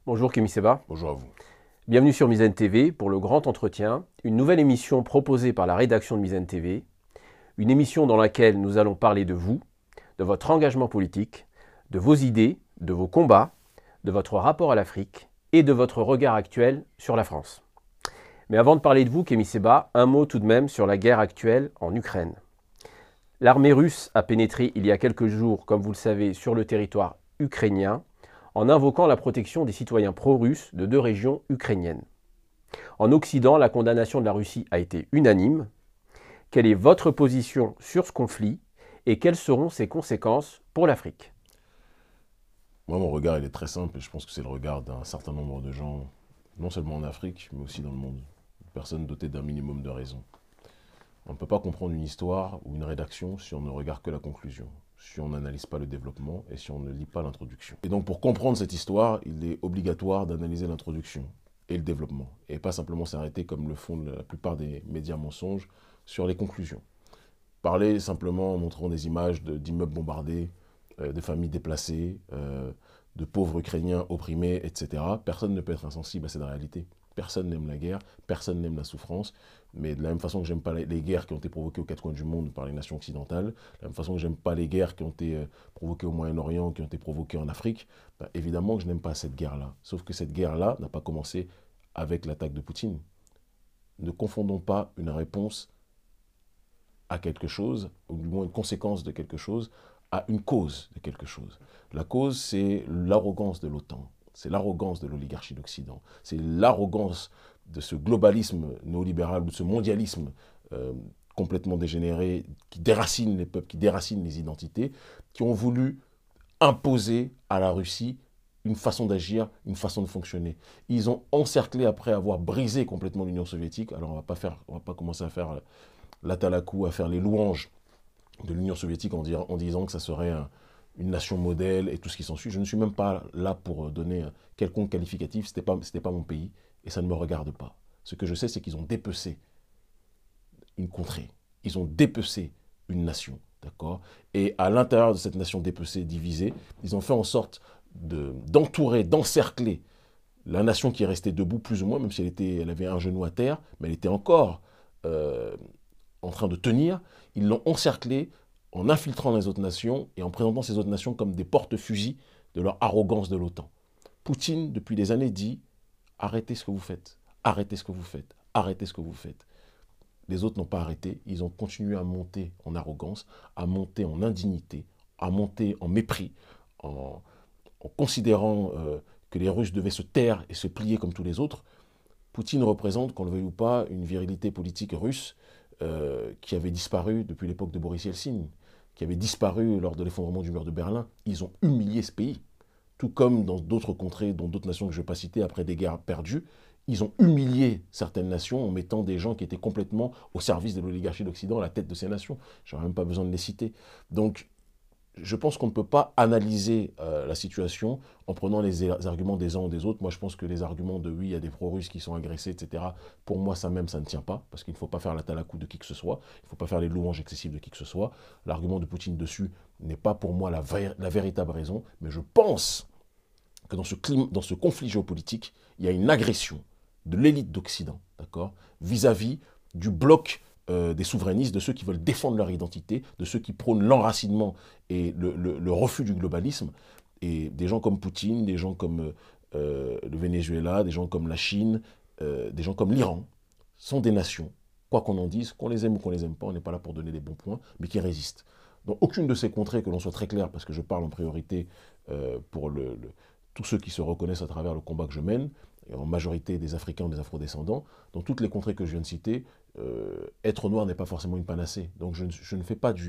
Bonjour Kémy Seba, Bonjour à vous. bienvenue sur Mizane TV pour le Grand Entretien, une nouvelle émission proposée par la rédaction de Mizane TV, une émission dans laquelle nous allons parler de vous, de votre engagement politique, de vos idées, de vos combats, de votre rapport à l'Afrique et de votre regard actuel sur la France. Mais avant de parler de vous, Kémy Seba, un mot tout de même sur la guerre actuelle en Ukraine. L'armée russe a pénétré il y a quelques jours, comme vous le savez, sur le territoire ukrainien, en invoquant la protection des citoyens pro-russes de deux régions ukrainiennes. En Occident, la condamnation de la Russie a été unanime. Quelle est votre position sur ce conflit et quelles seront ses conséquences pour l'Afrique? Moi, mon regard, il est très simple et je pense que c'est le regard d'un certain nombre de gens, non seulement en Afrique, mais aussi dans le monde. Personnes dotées d'un minimum de raison. On ne peut pas comprendre une histoire ou une rédaction si on ne regarde que la conclusion, si on n'analyse pas le développement et si on ne lit pas l'introduction. Et donc, pour comprendre cette histoire, il est obligatoire d'analyser l'introduction et le développement, et pas simplement s'arrêter, comme le font la plupart des médias mensonges, sur les conclusions. Parler simplement en montrant des images d'immeubles bombardés, de familles déplacées, de pauvres Ukrainiens opprimés, etc. Personne ne peut être insensible à cette réalité. Personne n'aime la guerre, personne n'aime la souffrance, mais de la même façon que j'aime pas les guerres qui ont été provoquées aux quatre coins du monde par les nations occidentales, de la même façon que j'aime pas les guerres qui ont été provoquées au Moyen-Orient, qui ont été provoquées en Afrique, ben évidemment que je n'aime pas cette guerre-là. Sauf que cette guerre-là n'a pas commencé avec l'attaque de Poutine. Ne confondons pas une réponse à quelque chose, ou du moins une conséquence de quelque chose, à une cause de quelque chose. La cause, c'est l'arrogance de l'OTAN, c'est l'arrogance de l'oligarchie d'Occident, c'est l'arrogance de ce globalisme néolibéral ou de ce mondialisme complètement dégénéré qui déracine les peuples, qui déracine les identités, qui ont voulu imposer à la Russie une façon d'agir, une façon de fonctionner. Ils ont encerclé, après avoir brisé complètement l'Union soviétique, alors on va pas commencer à faire l'atalakou, à faire les louanges de l'Union soviétique en disant que ça serait une nation modèle et tout ce qui s'ensuit. Je ne suis même pas là pour donner quelconque qualificatif, c'était pas mon pays et ça ne me regarde pas. Ce que je sais, c'est qu'ils ont dépecé une contrée, ils ont dépecé une nation, d'accord? Et à l'intérieur de cette nation dépecée, divisée, ils ont fait en sorte d'entourer, d'encercler la nation qui est restée debout plus ou moins, même si elle avait un genou à terre, mais elle était encore en train de tenir. Ils l'ont encerclé en infiltrant les autres nations et en présentant ces autres nations comme des porte-fusils de leur arrogance de l'OTAN. Poutine, depuis des années, dit « Arrêtez ce que vous faites, arrêtez ce que vous faites, arrêtez ce que vous faites ». Les autres n'ont pas arrêté, ils ont continué à monter en arrogance, à monter en indignité, à monter en mépris, en considérant que les Russes devaient se taire et se plier comme tous les autres. Poutine représente, qu'on le veuille ou pas, une virilité politique russe qui avait disparu depuis l'époque de Boris Yeltsin, qui avait disparu lors de l'effondrement du mur de Berlin. Ils ont humilié ce pays. Tout comme dans d'autres contrées, dans d'autres nations que je ne vais pas citer, après des guerres perdues, ils ont humilié certaines nations en mettant des gens qui étaient complètement au service de l'oligarchie d'Occident à la tête de ces nations. Je n'aurais même pas besoin de les citer. Donc, je pense qu'on ne peut pas analyser la situation en prenant les arguments des uns ou des autres. Moi, je pense que les arguments de oui, il y a des pro-russes qui sont agressés, etc., pour moi, ça même, ça ne tient pas, parce qu'il ne faut pas faire la talakou de qui que ce soit, il ne faut pas faire les louanges excessives de qui que ce soit. L'argument de Poutine dessus n'est pas pour moi la véritable raison, mais je pense que dans ce conflit géopolitique, il y a une agression de l'élite d'Occident, d'accord, vis-à-vis du bloc des souverainistes, de ceux qui veulent défendre leur identité, de ceux qui prônent l'enracinement et le refus du globalisme, et des gens comme Poutine, des gens comme le Venezuela, des gens comme la Chine, des gens comme l'Iran, sont des nations, quoi qu'on en dise, qu'on les aime ou qu'on les aime pas, on n'est pas là pour donner des bons points, mais qui résistent. Donc aucune de ces contrées, que l'on soit très clair, parce que je parle en priorité pour tous ceux qui se reconnaissent à travers le combat que je mène, et en majorité des Africains ou des Afro-descendants, dans toutes les contrées que je viens de citer, être noir n'est pas forcément une panacée. Donc je ne fais pas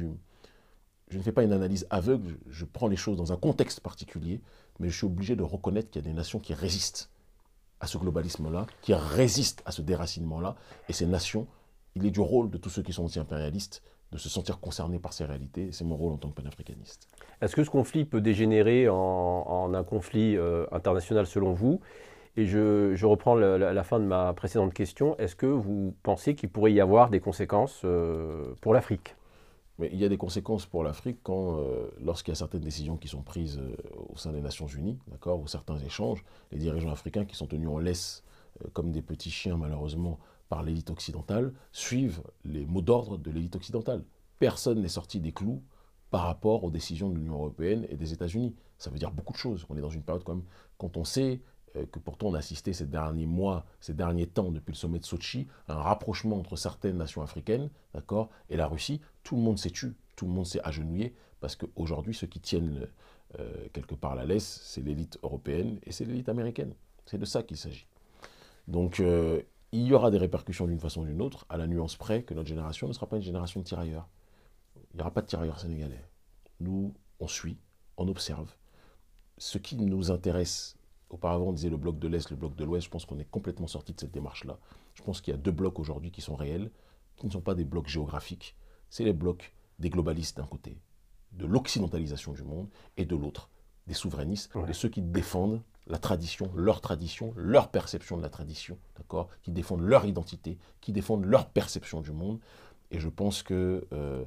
une analyse aveugle, je prends les choses dans un contexte particulier, mais je suis obligé de reconnaître qu'il y a des nations qui résistent à ce globalisme-là, qui résistent à ce déracinement-là, et ces nations, il est du rôle de tous ceux qui sont anti-impérialistes de se sentir concernés par ces réalités, et c'est mon rôle en tant que panafricaniste. Est-ce que ce conflit peut dégénérer en un conflit international selon vous? Et je reprends la fin de ma précédente question. Est-ce que vous pensez qu'il pourrait y avoir des conséquences pour l'Afrique? Mais il y a des conséquences pour l'Afrique lorsqu'il y a certaines décisions qui sont prises au sein des Nations Unies, d'accord, ou certains échanges, les dirigeants africains qui sont tenus en laisse comme des petits chiens malheureusement par l'élite occidentale, suivent les mots d'ordre de l'élite occidentale. Personne n'est sorti des clous par rapport aux décisions de l'Union européenne et des États-Unis. Ça veut dire beaucoup de choses. On est dans une période quand on sait que pourtant on a assisté ces derniers mois, ces derniers temps, depuis le sommet de Sochi, à un rapprochement entre certaines nations africaines, d'accord, et la Russie. Tout le monde s'est tu, tout le monde s'est agenouillé, parce qu'aujourd'hui, ceux qui tiennent quelque part la laisse, c'est l'élite européenne et c'est l'élite américaine. C'est de ça qu'il s'agit. Donc, il y aura des répercussions d'une façon ou d'une autre, à la nuance près que notre génération ne sera pas une génération de tirailleurs. Il n'y aura pas de tirailleurs sénégalais. Nous, on suit, on observe. Ce qui nous intéresse, auparavant on disait le bloc de l'Est, le bloc de l'Ouest, je pense qu'on est complètement sorti de cette démarche-là. Je pense qu'il y a deux blocs aujourd'hui qui sont réels, qui ne sont pas des blocs géographiques. C'est les blocs des globalistes d'un côté, de l'occidentalisation du monde, et de l'autre, des souverainistes, de ceux qui défendent la tradition, leur perception de la tradition, d'accord, qui défendent leur identité, qui défendent leur perception du monde. Et je pense que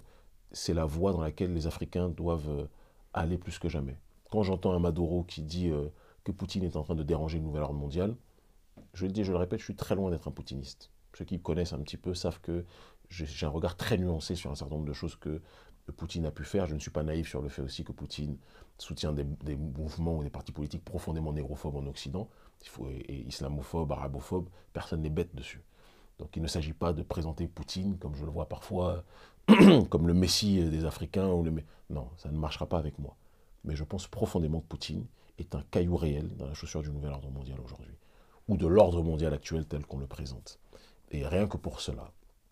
c'est la voie dans laquelle les Africains doivent aller plus que jamais. Quand j'entends un Maduro qui dit que Poutine est en train de déranger le nouvel ordre mondial, je le dis, je le répète, je suis très loin d'être un poutiniste. Ceux qui me connaissent un petit peu savent que j'ai un regard très nuancé sur un certain nombre de choses que Poutine a pu faire. Je ne suis pas naïf sur le fait aussi que Poutine soutient des mouvements ou des partis politiques profondément négrophobes en Occident, et islamophobes, arabophobes, personne n'est bête dessus. Donc il ne s'agit pas de présenter Poutine, comme je le vois parfois, comme le messie des Africains. Non, ça ne marchera pas avec moi. Mais je pense profondément que Poutine est un caillou réel dans la chaussure du nouvel ordre mondial aujourd'hui, ou de l'ordre mondial actuel tel qu'on le présente. Et rien que pour cela,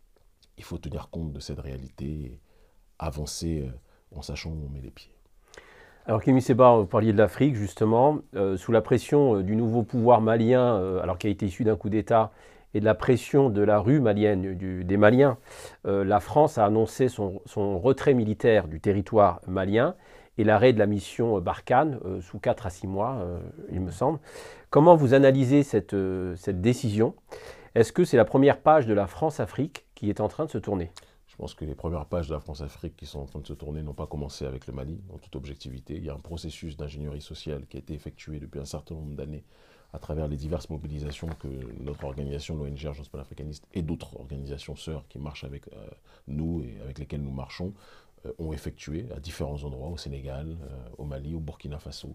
il faut tenir compte de cette réalité et avancer en sachant où on met les pieds. Alors Kémy Séba, vous parliez de l'Afrique justement, sous la pression du nouveau pouvoir malien, alors qui a été issu d'un coup d'État, et de la pression de la rue malienne, des Maliens, la France a annoncé son retrait militaire du territoire malien et l'arrêt de la mission Barkhane sous 4 à 6 mois, il me semble. Comment vous analysez cette décision? Est-ce que c'est la première page de la France-Afrique qui est en train de se tourner? Je pense que les premières pages de la France-Afrique qui sont en train de se tourner n'ont pas commencé avec le Mali, en toute objectivité. Il y a un processus d'ingénierie sociale qui a été effectué depuis un certain nombre d'années à travers les diverses mobilisations que notre organisation, l'ONG Agence panafricaniste, et d'autres organisations sœurs qui marchent avec nous et avec lesquelles nous marchons, ont effectué à différents endroits, au Sénégal, au Mali, au Burkina Faso,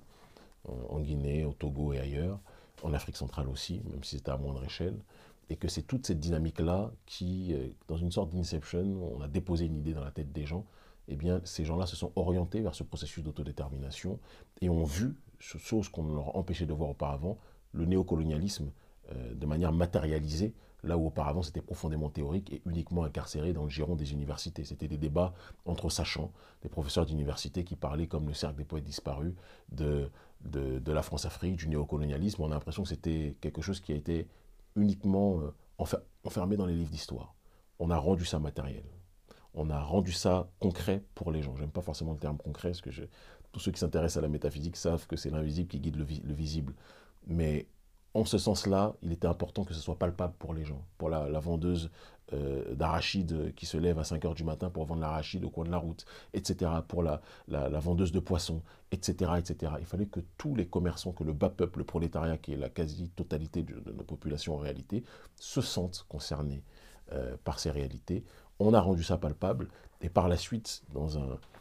en Guinée, au Togo et ailleurs, en Afrique centrale aussi, même si c'était à moindre échelle. Et que c'est toute cette dynamique-là qui, dans une sorte d'inception, on a déposé une idée dans la tête des gens, eh bien, ces gens-là se sont orientés vers ce processus d'autodétermination et ont vu, chose qu'on leur empêchait de voir auparavant, le néocolonialisme de manière matérialisée, là où auparavant c'était profondément théorique et uniquement incarcéré dans le giron des universités. C'était des débats entre sachants, des professeurs d'université qui parlaient comme le cercle des poètes disparus de la France-Afrique, du néocolonialisme. On a l'impression que c'était quelque chose qui a été uniquement enfermé dans les livres d'histoire. On a rendu ça matériel. On a rendu ça concret pour les gens. J'aime pas forcément le terme concret, parce que tous ceux qui s'intéressent à la métaphysique savent que c'est l'invisible qui guide le visible. Mais en ce sens-là, il était important que ce soit palpable pour les gens. Pour la vendeuse d'arachides qui se lève à 5 h du matin pour vendre l'arachide au coin de la route, etc. Pour la vendeuse de poissons, etc., etc. Il fallait que tous les commerçants, que le bas peuple, le prolétariat, qui est la quasi-totalité de nos populations en réalité, se sentent concernés par ces réalités. On a rendu ça palpable, et par la suite, dans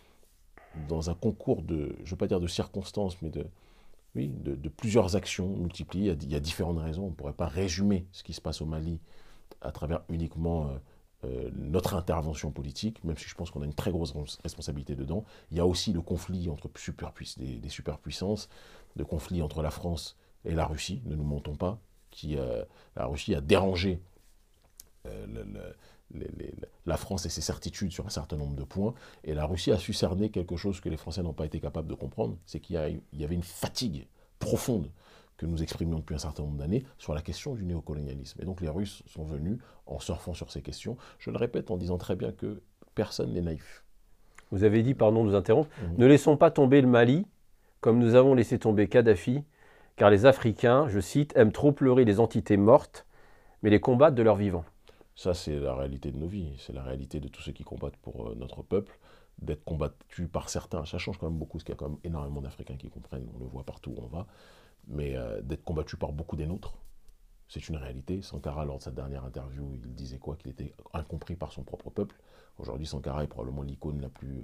un concours de, je ne veux pas dire de circonstances, mais de plusieurs actions multipliées. Il y a différentes raisons. On ne pourrait pas résumer ce qui se passe au Mali à travers uniquement notre intervention politique, même si je pense qu'on a une très grosse responsabilité dedans. Il y a aussi le conflit entre des superpuissances, le conflit entre la France et la Russie, ne nous mentons pas, la Russie a dérangé la France et ses certitudes sur un certain nombre de points, et la Russie a su cerner quelque chose que les Français n'ont pas été capables de comprendre, c'est qu'il y avait une fatigue profonde que nous exprimions depuis un certain nombre d'années sur la question du néocolonialisme. Et donc les Russes sont venus en surfant sur ces questions, je le répète en disant très bien que personne n'est naïf. Vous avez dit, pardon de nous interrompre, ne laissons pas tomber le Mali comme nous avons laissé tomber Kadhafi, car les Africains, je cite, aiment trop pleurer les entités mortes, mais les combattre de leur vivant. Ça, c'est la réalité de nos vies, c'est la réalité de tous ceux qui combattent pour notre peuple. d'être combattu par certains. Ça change quand même beaucoup, parce qu'il y a quand même énormément d'Africains qui comprennent, on le voit partout où on va, mais d'être combattu par beaucoup des nôtres, c'est une réalité. Sankara, lors de sa dernière interview, il disait quoi? Qu'il était incompris par son propre peuple. Aujourd'hui, Sankara est probablement l'icône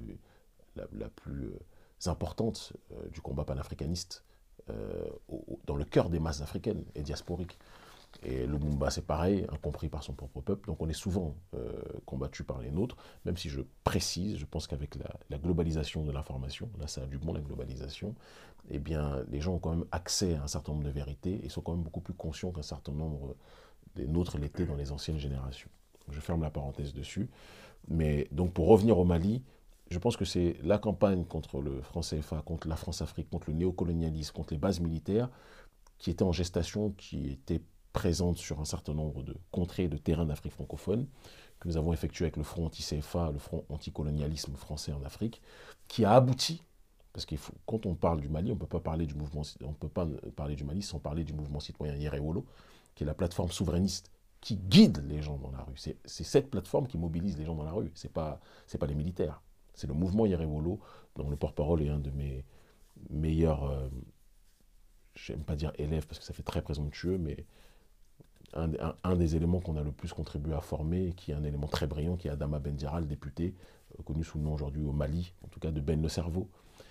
la plus importante du combat panafricaniste dans le cœur des masses africaines et diasporiques. Et Lumumba, c'est pareil, incompris par son propre peuple. Donc on est souvent combattu par les nôtres, même si je précise, je pense qu'avec la globalisation de l'information, là ça a du bon la globalisation, eh bien les gens ont quand même accès à un certain nombre de vérités et sont quand même beaucoup plus conscients qu'un certain nombre des nôtres l'étaient dans les anciennes générations. Je ferme la parenthèse dessus. Mais donc pour revenir au Mali, je pense que c'est la campagne contre le franc CFA, contre la France-Afrique, contre le néocolonialisme, contre les bases militaires, qui était en gestation, qui était présente sur un certain nombre de contrées, de terrains d'Afrique francophone, que nous avons effectué avec le front anti-CFA, le front anti-colonialisme français en Afrique, qui a abouti, parce qu'il faut, quand on parle du Mali, on ne peut pas parler du Mali sans parler du mouvement citoyen Yerewolo, qui est la plateforme souverainiste qui guide les gens dans la rue. C'est cette plateforme qui mobilise les gens dans la rue, c'est pas les militaires. C'est le mouvement Yerewolo, dont le porte-parole est un de mes meilleurs, je n'aime pas dire élèves parce que ça fait très présomptueux, mais un des éléments qu'on a le plus contribué à former, qui est un élément très brillant, qui est Adama Bendira, le député, connu sous le nom aujourd'hui au Mali, en tout cas de Ben le Cerveau.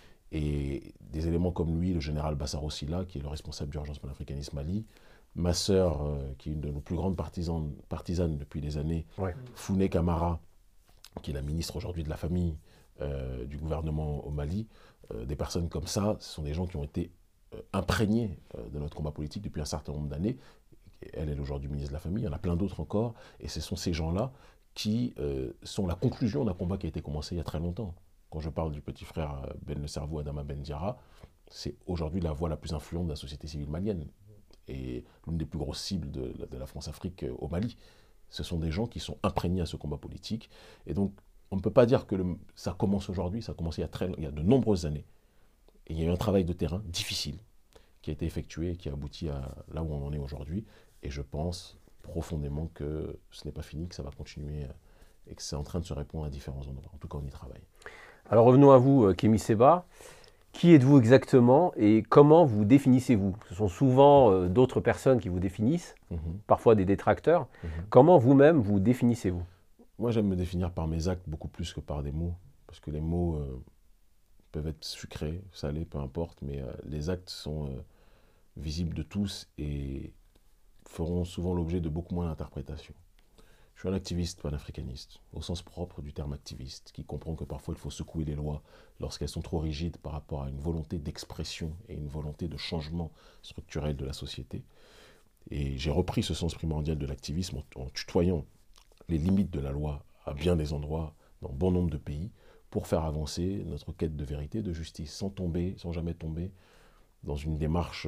Et des éléments comme lui, le général Bassaro Silla, qui est le responsable d'urgence panafricaniste Mali, ma sœur, qui est une de nos plus grandes partisanes depuis des années, ouais. Founé Camara, qui est la ministre aujourd'hui de la famille du gouvernement au Mali, des personnes comme ça, ce sont des gens qui ont été imprégnés de notre combat politique depuis un certain nombre d'années. Elle est aujourd'hui ministre de la Famille, il y en a plein d'autres encore, et ce sont ces gens-là qui sont la conclusion d'un combat qui a été commencé il y a très longtemps. Quand je parle du petit frère Ben le Cerveau, Adama Bendira, c'est aujourd'hui la voix la plus influente de la société civile malienne, et l'une des plus grosses cibles de la France-Afrique au Mali. Ce sont des gens qui sont imprégnés à ce combat politique, et donc on ne peut pas dire que ça commence aujourd'hui, ça a commencé il y a de nombreuses années. Et il y a eu un travail de terrain difficile qui a été effectué et qui a abouti à là où on en est aujourd'hui. Et je pense profondément que ce n'est pas fini, que ça va continuer et que c'est en train de se répondre à différents endroits. En tout cas, on y travaille. Alors revenons à vous, Kémy Séba. Qui êtes-vous exactement et comment vous définissez-vous? Ce sont souvent d'autres personnes qui vous définissent, parfois des détracteurs. Comment vous-même vous définissez-vous? Moi, j'aime me définir par mes actes beaucoup plus que par des mots. Parce que les mots peuvent être sucrés, salés, peu importe, mais les actes sont visibles de tous et feront souvent l'objet de beaucoup moins d'interprétations. Je suis un activiste panafricaniste, au sens propre du terme activiste, qui comprend que parfois il faut secouer les lois lorsqu'elles sont trop rigides par rapport à une volonté d'expression et une volonté de changement structurel de la société. Et j'ai repris ce sens primordial de l'activisme en tutoyant les limites de la loi à bien des endroits, dans bon nombre de pays, pour faire avancer notre quête de vérité, de justice, sans jamais tomber dans une démarche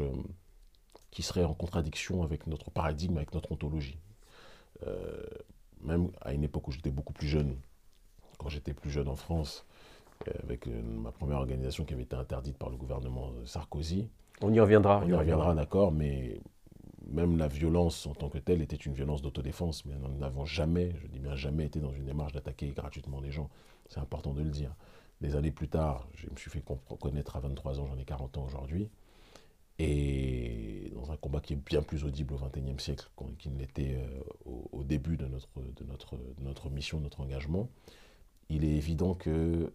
qui serait en contradiction avec notre paradigme, avec notre ontologie. Même à une époque où j'étais beaucoup plus jeune, quand j'étais plus jeune en France, avec ma première organisation qui avait été interdite par le gouvernement Sarkozy. On y reviendra. On y reviendra, d'accord, mais même la violence en tant que telle était une violence d'autodéfense, mais nous n'avons jamais, je dis bien jamais, été dans une démarche d'attaquer gratuitement les gens. C'est important de le dire. Des années plus tard, je me suis fait connaître à 23 ans, j'en ai 40 ans aujourd'hui. Et dans un combat qui est bien plus audible au XXIe siècle qu'il ne l'était au début de notre mission, de notre engagement, il est évident que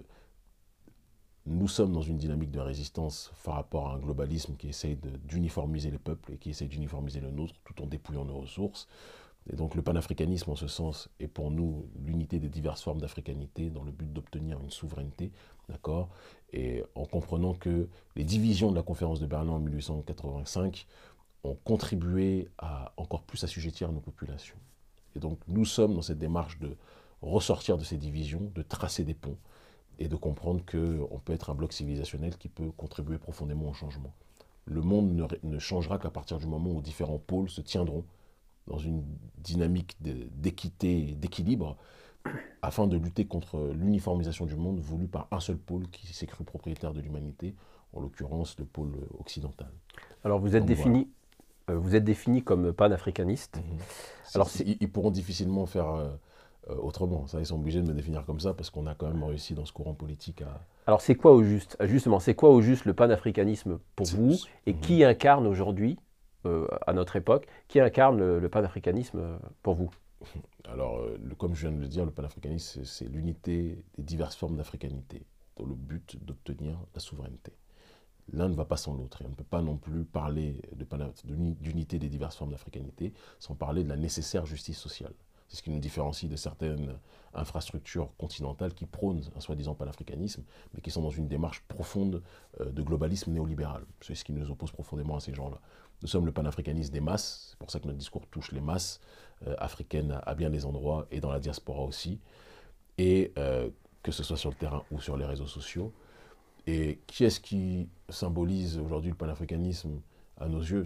nous sommes dans une dynamique de résistance par rapport à un globalisme qui essaye d'uniformiser les peuples et qui essaye d'uniformiser le nôtre tout en dépouillant nos ressources. Et donc le panafricanisme en ce sens est pour nous l'unité des diverses formes d'africanité dans le but d'obtenir une souveraineté, d'accord, et en comprenant que les divisions de la conférence de Berlin en 1885 ont contribué à encore plus assujettir nos populations. Et donc nous sommes dans cette démarche de ressortir de ces divisions, de tracer des ponts et de comprendre qu'on peut être un bloc civilisationnel qui peut contribuer profondément au changement. Le monde ne changera qu'à partir du moment où différents pôles se tiendront dans une dynamique d'équité et d'équilibre, afin de lutter contre l'uniformisation du monde voulue par un seul pôle qui s'est cru propriétaire de l'humanité, en l'occurrence le pôle occidental. Alors vous êtes défini comme panafricaniste. Alors ils pourront difficilement faire autrement. Ça, ils sont obligés de me définir comme ça parce qu'on a quand même réussi dans ce courant politique à... Alors c'est quoi au juste, justement, c'est quoi au juste le panafricanisme pour vous et Mhm. qui incarne aujourd'hui, à notre époque, qui incarne le panafricanisme pour vous? Alors, comme je viens de le dire, le panafricanisme, c'est l'unité des diverses formes d'africanité dans le but d'obtenir la souveraineté. L'un ne va pas sans l'autre et on ne peut pas non plus parler d'unité des diverses formes d'africanité sans parler de la nécessaire justice sociale. C'est ce qui nous différencie de certaines infrastructures continentales qui prônent un soi-disant panafricanisme, mais qui sont dans une démarche profonde de globalisme néolibéral. C'est ce qui nous oppose profondément à ces gens-là. Nous sommes le panafricanisme des masses, c'est pour ça que notre discours touche les masses africaines à bien des endroits et dans la diaspora aussi, et que ce soit sur le terrain ou sur les réseaux sociaux. Et qui est-ce qui symbolise aujourd'hui le panafricanisme à nos yeux?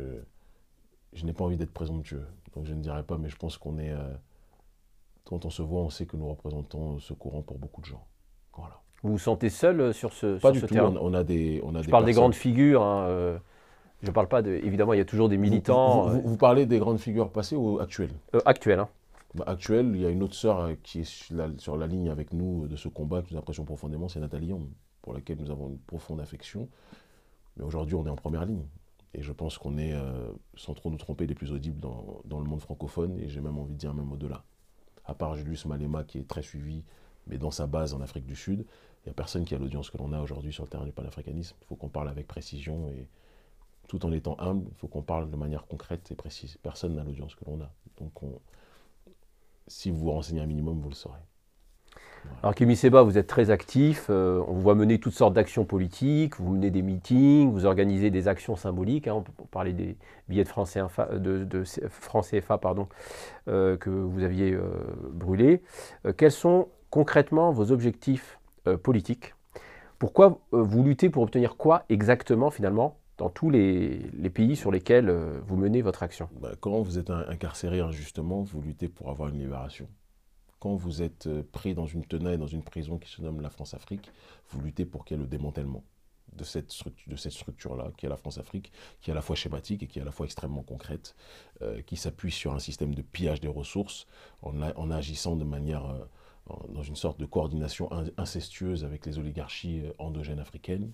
Je n'ai pas envie d'être présomptueux, donc je ne dirais pas, mais je pense qu'on est... quand on se voit, on sait que nous représentons ce courant pour beaucoup de gens. Voilà. Vous vous sentez seul Pas sur du ce tout, terrain? on a Je des parle des personnes... grandes figures, hein, je ne parle pas de... Évidemment, il y a toujours des militants Vous parlez des grandes figures passées ou actuelles? actuels. Hein. Bah, actuelles, il y a une autre sœur qui est sur la ligne avec nous de ce combat que nous apprécions profondément, c'est Nathalie Young, pour laquelle nous avons une profonde affection. Mais aujourd'hui, on est en première ligne. Et je pense qu'on est, sans trop nous tromper, les plus audibles dans le monde francophone, et j'ai même envie de dire même au-delà. À part Julius Malema, qui est très suivi, mais dans sa base en Afrique du Sud, il n'y a personne qui a l'audience que l'on a aujourd'hui sur le terrain du panafricanisme. Il faut qu'on parle avec précision, et tout en étant humble, il faut qu'on parle de manière concrète et précise. Personne n'a l'audience que l'on a. Donc, si vous vous renseignez un minimum, vous le saurez. Voilà. Alors Kémy Séba, vous êtes très actif, on vous voit mener toutes sortes d'actions politiques, vous menez des meetings, vous organisez des actions symboliques, hein, on peut parler des billets de francs CFA, francs CFA pardon, que vous aviez brûlés. Quels sont concrètement vos objectifs politiques? Pourquoi vous luttez pour obtenir quoi exactement finalement dans tous les pays sur lesquels vous menez votre action? Bah, quand vous êtes incarcéré injustement, vous luttez pour avoir une libération. Quand vous êtes pris dans une tenaille, dans une prison qui se nomme la France-Afrique, vous luttez pour qu'il y ait le démantèlement de cette structure-là, qui est la France-Afrique, qui est à la fois schématique et qui est à la fois extrêmement concrète, qui s'appuie sur un système de pillage des ressources en agissant de manière, dans une sorte de coordination incestueuse avec les oligarchies endogènes africaines.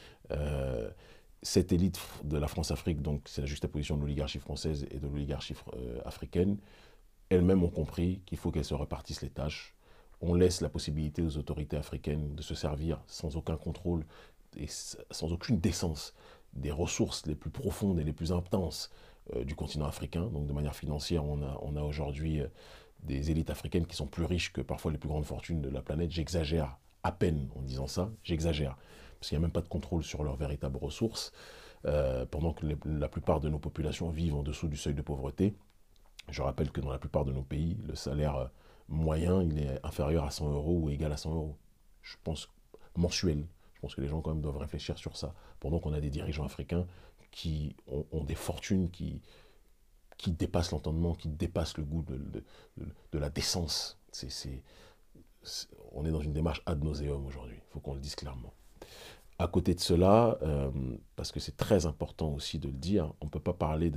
Cette élite de la France-Afrique, donc c'est la juxtaposition de l'oligarchie française et de l'oligarchie africaine, elles-mêmes ont compris qu'il faut qu'elles se répartissent les tâches. On laisse la possibilité aux autorités africaines de se servir sans aucun contrôle et sans aucune décence des ressources les plus profondes et les plus intenses du continent africain. Donc de manière financière, on a aujourd'hui des élites africaines qui sont plus riches que parfois les plus grandes fortunes de la planète. J'exagère à peine en disant ça, j'exagère, parce qu'il n'y a même pas de contrôle sur leurs véritables ressources, pendant que la plupart de nos populations vivent en dessous du seuil de pauvreté. Je rappelle que dans la plupart de nos pays, le salaire moyen, il est inférieur à 100 euros ou égal à 100 euros. Je pense mensuel. Je pense que les gens quand même doivent réfléchir sur ça. Pendant qu'on a des dirigeants africains qui ont des fortunes qui dépassent l'entendement, qui dépassent le goût de la décence. On est dans une démarche ad nauseum aujourd'hui. Il faut qu'on le dise clairement. À côté de cela, parce que c'est très important aussi de le dire, on ne peut pas parler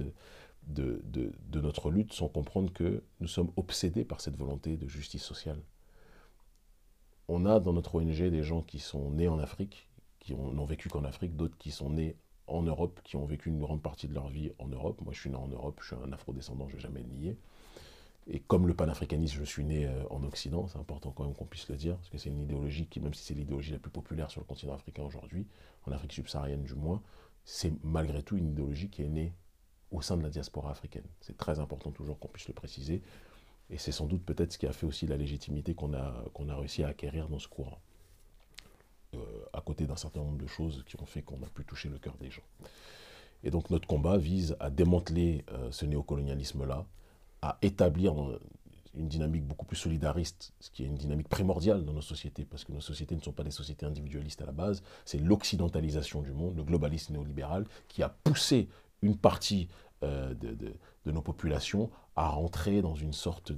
de notre lutte sans comprendre que nous sommes obsédés par cette volonté de justice sociale. On a dans notre ONG des gens qui sont nés en Afrique, qui n'ont vécu qu'en Afrique, d'autres qui sont nés en Europe, qui ont vécu une grande partie de leur vie en Europe. Moi, je suis né en Europe, je suis un afro-descendant, je ne vais jamais le nier. Et comme le panafricanisme, je suis né en Occident, c'est important quand même qu'on puisse le dire, parce que c'est une idéologie qui, même si c'est l'idéologie la plus populaire sur le continent africain aujourd'hui, en Afrique subsaharienne du moins, c'est malgré tout une idéologie qui est née au sein de la diaspora africaine. C'est très important toujours qu'on puisse le préciser. Et c'est sans doute peut-être ce qui a fait aussi la légitimité qu'on a réussi à acquérir dans ce courant. À côté d'un certain nombre de choses qui ont fait qu'on a pu toucher le cœur des gens. Et donc notre combat vise à démanteler ce néocolonialisme-là, à établir une dynamique beaucoup plus solidariste, ce qui est une dynamique primordiale dans nos sociétés, parce que nos sociétés ne sont pas des sociétés individualistes à la base, c'est l'occidentalisation du monde, le globalisme néolibéral, qui a poussé une partie de nos populations à rentrer dans une sorte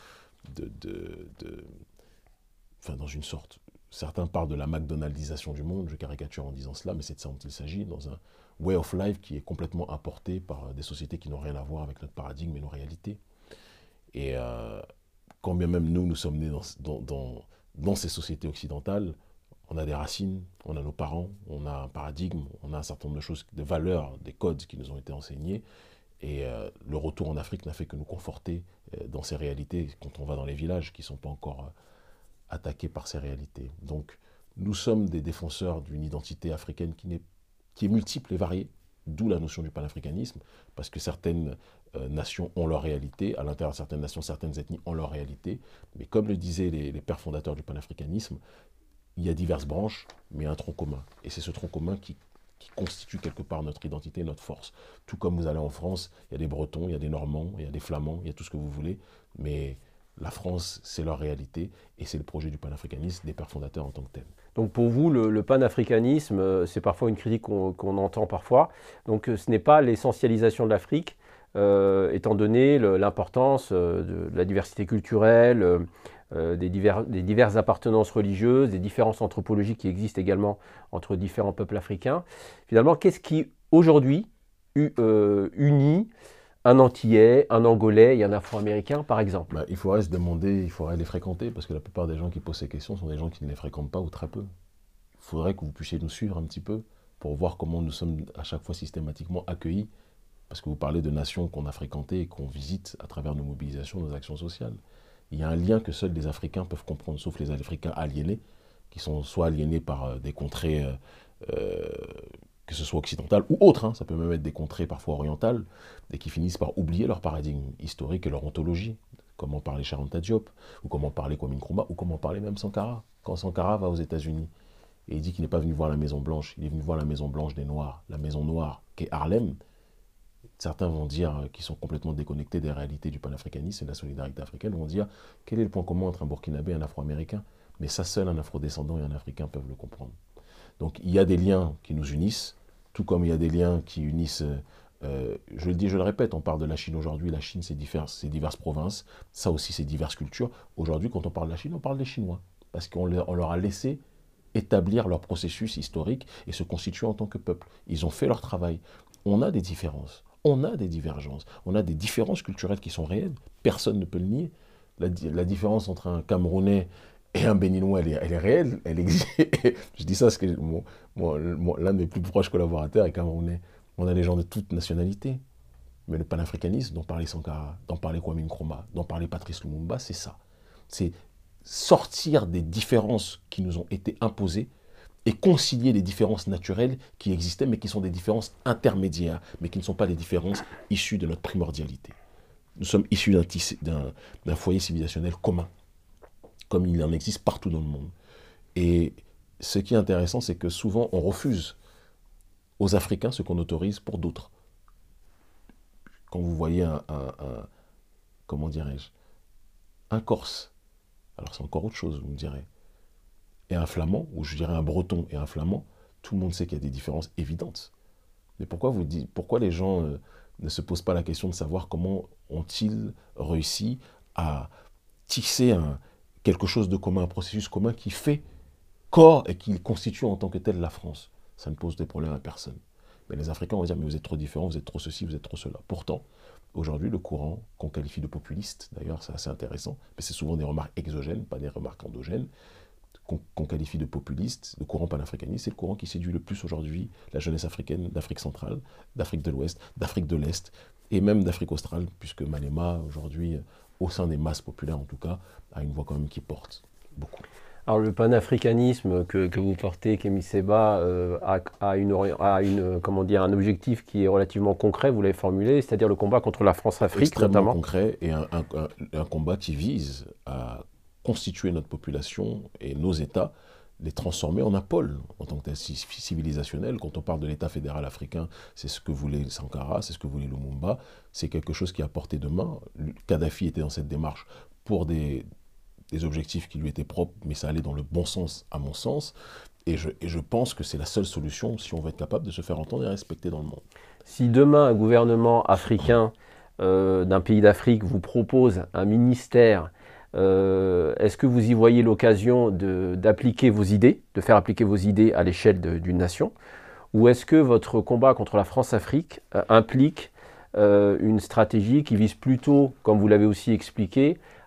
enfin dans une sorte, certains parlent de la McDonaldisation du monde, je caricature en disant cela, mais c'est de ça dont il s'agit, dans un way of life qui est complètement importé par des sociétés qui n'ont rien à voir avec notre paradigme et nos réalités. Et quand bien même nous sommes nés dans ces sociétés occidentales, on a des racines, on a nos parents, on a un paradigme, on a un certain nombre de choses, de valeurs, des codes qui nous ont été enseignés. Et le retour en Afrique n'a fait que nous conforter dans ces réalités quand on va dans les villages qui ne sont pas encore attaqués par ces réalités. Donc nous sommes des défenseurs d'une identité africaine qui est multiple et variée, d'où la notion du panafricanisme, parce que certaines nations ont leur réalité, à l'intérieur de certaines nations, certaines ethnies ont leur réalité, mais comme le disaient les pères fondateurs du panafricanisme, il y a diverses branches, mais un tronc commun. Et c'est ce tronc commun qui constitue quelque part notre identité, notre force. Tout comme vous allez en France, il y a des Bretons, il y a des Normands, il y a des Flamands, il y a tout ce que vous voulez, mais la France, c'est leur réalité, et c'est le projet du panafricanisme des pères fondateurs en tant que tel. Donc pour vous, le panafricanisme, c'est parfois une critique qu'on entend parfois. Donc ce n'est pas l'essentialisation de l'Afrique, étant donné l'importance de la diversité culturelle, des diverses appartenances religieuses, des différences anthropologiques qui existent également entre différents peuples africains. Finalement, qu'est-ce qui aujourd'hui unit un Antillais, un Angolais et un Afro-Américain, par exemple? Il faudrait se demander, il faudrait les fréquenter, parce que la plupart des gens qui posent ces questions sont des gens qui ne les fréquentent pas ou très peu. Il faudrait que vous puissiez nous suivre un petit peu pour voir comment nous sommes à chaque fois systématiquement accueillis, parce que vous parlez de nations qu'on a fréquentées et qu'on visite à travers nos mobilisations, nos actions sociales. Il y a un lien que seuls les Africains peuvent comprendre, sauf les Africains aliénés, qui sont soit aliénés par des contrées, que ce soit occidentales ou autres, hein, ça peut même être des contrées parfois orientales, et qui finissent par oublier leur paradigme historique et leur ontologie. Comment parlait Cheikh Anta Diop, ou comment parlait Kwame Nkrumah, ou comment parlait même Sankara. Quand Sankara va aux États-Unis, et il dit qu'il n'est pas venu voir la Maison Blanche, il est venu voir la Maison Blanche des Noirs, la Maison Noire, qui est Harlem. Certains vont dire qu'ils sont complètement déconnectés des réalités du panafricanisme et de la solidarité africaine, vont dire quel est le point commun entre un Burkinabé et un Afro-Américain. Mais ça, seul un Afro-descendant et un Africain peuvent le comprendre. Donc il y a des liens qui nous unissent, tout comme il y a des liens qui unissent, je le dis, je le répète, on parle de la Chine aujourd'hui, la Chine c'est diverses provinces, ça aussi c'est diverses cultures. Aujourd'hui quand on parle de la Chine, on parle des Chinois, parce qu'on leur a laissé établir leur processus historique et se constituer en tant que peuple. Ils ont fait leur travail. On a des différences. On a des divergences, on a des différences culturelles qui sont réelles, personne ne peut le nier. La différence entre un Camerounais et un Béninois, elle est réelle, elle existe. Je dis ça parce que l'un de mes plus proches collaborateurs est Camerounais. On a des gens de toutes nationalités. Mais le panafricanisme dont parlait Sankara, dont parlait Kwame Nkrumah, dont parlait Patrice Lumumba, c'est ça. C'est sortir des différences qui nous ont été imposées et concilier les différences naturelles qui existaient, mais qui sont des différences intermédiaires, mais qui ne sont pas des différences issues de notre primordialité. Nous sommes issus d'un foyer civilisationnel commun, comme il en existe partout dans le monde. Et ce qui est intéressant, c'est que souvent on refuse aux Africains ce qu'on autorise pour d'autres. Quand vous voyez comment dirais-je, un Corse, alors c'est encore autre chose, vous me direz, et un Flamand, ou je dirais un Breton et un Flamand, tout le monde sait qu'il y a des différences évidentes. Mais pourquoi les gens ne se posent pas la question de savoir comment ont-ils réussi à tisser quelque chose de commun, un processus commun qui fait corps et qui constitue en tant que tel la France? Ça ne pose des problèmes à personne. Mais les Africains vont dire, mais vous êtes trop différents, vous êtes trop ceci, vous êtes trop cela. Pourtant, aujourd'hui, le courant qu'on qualifie de populiste, d'ailleurs c'est assez intéressant, mais c'est souvent des remarques exogènes, pas des remarques endogènes, qu'on qualifie de populiste, le courant panafricaniste, c'est le courant qui séduit le plus aujourd'hui la jeunesse africaine d'Afrique centrale, d'Afrique de l'Ouest, d'Afrique de l'Est, et même d'Afrique australe, puisque Malema, aujourd'hui, au sein des masses populaires en tout cas, a une voix quand même qui porte beaucoup. Alors le panafricanisme que vous portez, Kémy Séba, a un objectif qui est relativement concret, vous l'avez formulé, c'est-à-dire le combat contre la France-Afrique notamment. Extrêmement concret et un combat qui vise à constituer notre population et nos États, les transformer en un pôle en tant que civilisationnel. Quand on parle de l'État fédéral africain, c'est ce que voulait Sankara, c'est ce que voulait Lumumba, c'est quelque chose qui est à portée de main. Kadhafi était dans cette démarche pour des objectifs qui lui étaient propres, mais ça allait dans le bon sens, à mon sens, et je pense que c'est la seule solution si on veut être capable de se faire entendre et respecter dans le monde. Si demain un gouvernement africain d'un pays d'Afrique vous propose un ministère, est-ce que vous y voyez l'occasion d'appliquer vos idées, de faire appliquer vos idées à l'échelle d'une nation, ou est-ce que votre combat contre la France-Afrique implique une stratégie qui vise plutôt, comme vous l'avez aussi expliqué,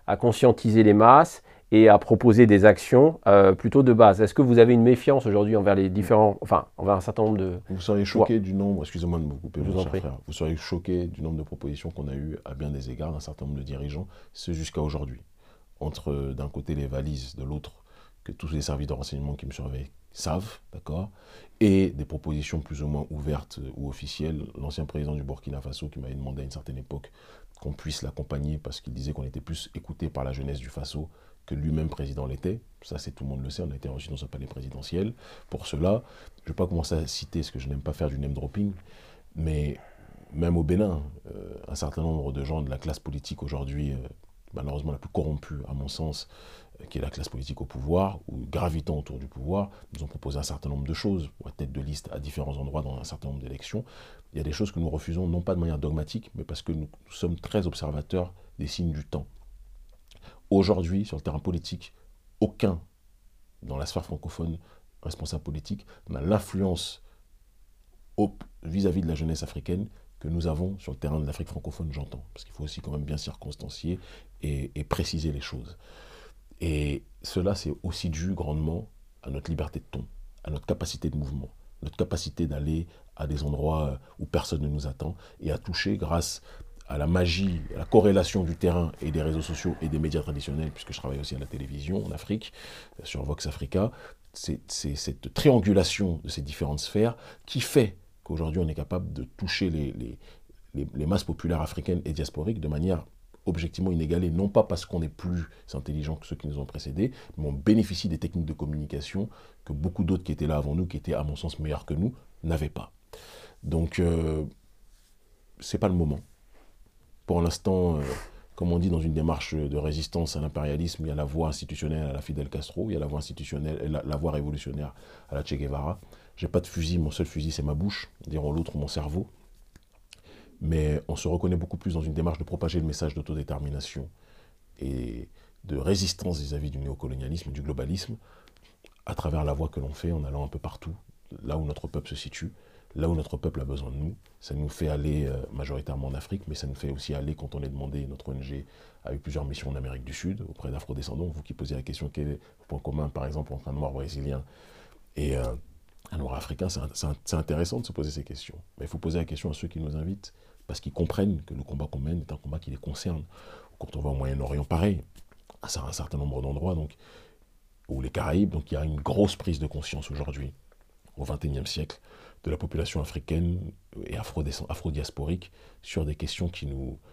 à conscientiser les masses et à proposer des actions plutôt de base. Est-ce que vous avez une méfiance aujourd'hui envers les différents, enfin, envers un certain nombre de... Vous seriez choqué du nombre, excusez-moi de me couper, Je vous mon en cher prie. frère, vous seriez choqué du nombre de propositions qu'on a eues à bien des égards d'un certain nombre de dirigeants, ce jusqu'à aujourd'hui. Entre d'un côté les valises, de l'autre que tous les services de renseignement qui me surveillent savent, d'accord, et des propositions plus ou moins ouvertes ou officielles. L'ancien président du Burkina Faso qui m'avait demandé à une certaine époque qu'on puisse l'accompagner parce qu'il disait qu'on était plus écouté par la jeunesse du Faso que lui-même président l'était. Ça, c'est tout le monde le sait, on a été reçu dans un palais présidentiel. Pour cela, je ne vais pas commencer à citer, parce que je n'aime pas faire du name dropping, mais même au Bénin, un certain nombre de gens de la classe politique aujourd'hui, malheureusement la plus corrompue à mon sens, qui est la classe politique au pouvoir, ou gravitant autour du pouvoir, nous ont proposé un certain nombre de choses, ou à tête de liste à différents endroits dans un certain nombre d'élections. Il y a des choses que nous refusons, non pas de manière dogmatique, mais parce que nous sommes très observateurs des signes du temps. Aujourd'hui, sur le terrain politique, aucun, dans la sphère francophone, responsable politique, n'a l'influence vis-à-vis de la jeunesse africaine que nous avons sur le terrain de l'Afrique francophone, j'entends. Parce qu'il faut aussi quand même bien circonstancier et préciser les choses. Et cela, c'est aussi dû grandement à notre liberté de ton, à notre capacité de mouvement, notre capacité d'aller à des endroits où personne ne nous attend et à toucher grâce à la magie, à la corrélation du terrain et des réseaux sociaux et des médias traditionnels, puisque je travaille aussi à la télévision en Afrique, sur Vox Africa. C'est cette triangulation de ces différentes sphères qui fait qu'aujourd'hui on est capable de toucher les masses populaires africaines et diasporiques de manière objectivement inégalée, non pas parce qu'on est plus intelligent que ceux qui nous ont précédés, mais on bénéficie des techniques de communication que beaucoup d'autres qui étaient là avant nous, qui étaient à mon sens meilleurs que nous, n'avaient pas. Donc, c'est pas le moment. Pour l'instant, comme on dit dans une démarche de résistance à l'impérialisme, il y a la voie institutionnelle à la Fidel Castro, il y a la voie institutionnelle, la voie révolutionnaire à la Che Guevara. J'ai pas de fusil, mon seul fusil c'est ma bouche, diront l'autre mon cerveau. Mais on se reconnaît beaucoup plus dans une démarche de propager le message d'autodétermination et de résistance vis-à-vis du néocolonialisme et du globalisme à travers la voie que l'on fait en allant un peu partout, là où notre peuple se situe, là où notre peuple a besoin de nous. Ça nous fait aller majoritairement en Afrique, mais ça nous fait aussi aller, quand on est demandé, notre ONG a eu plusieurs missions en Amérique du Sud, auprès d'afrodescendants. Vous qui posez la question, quel est le point commun, par exemple, entre un noir brésilien et un noir africain, c'est intéressant de se poser ces questions. Mais il faut poser la question à ceux qui nous invitent, parce qu'ils comprennent que le combat qu'on mène est un combat qui les concerne. Quand on va au Moyen-Orient, pareil, à un certain nombre d'endroits, donc, ou les Caraïbes, donc il y a une grosse prise de conscience aujourd'hui, au XXIe siècle, de la population africaine et afro-diasporique sur des questions qui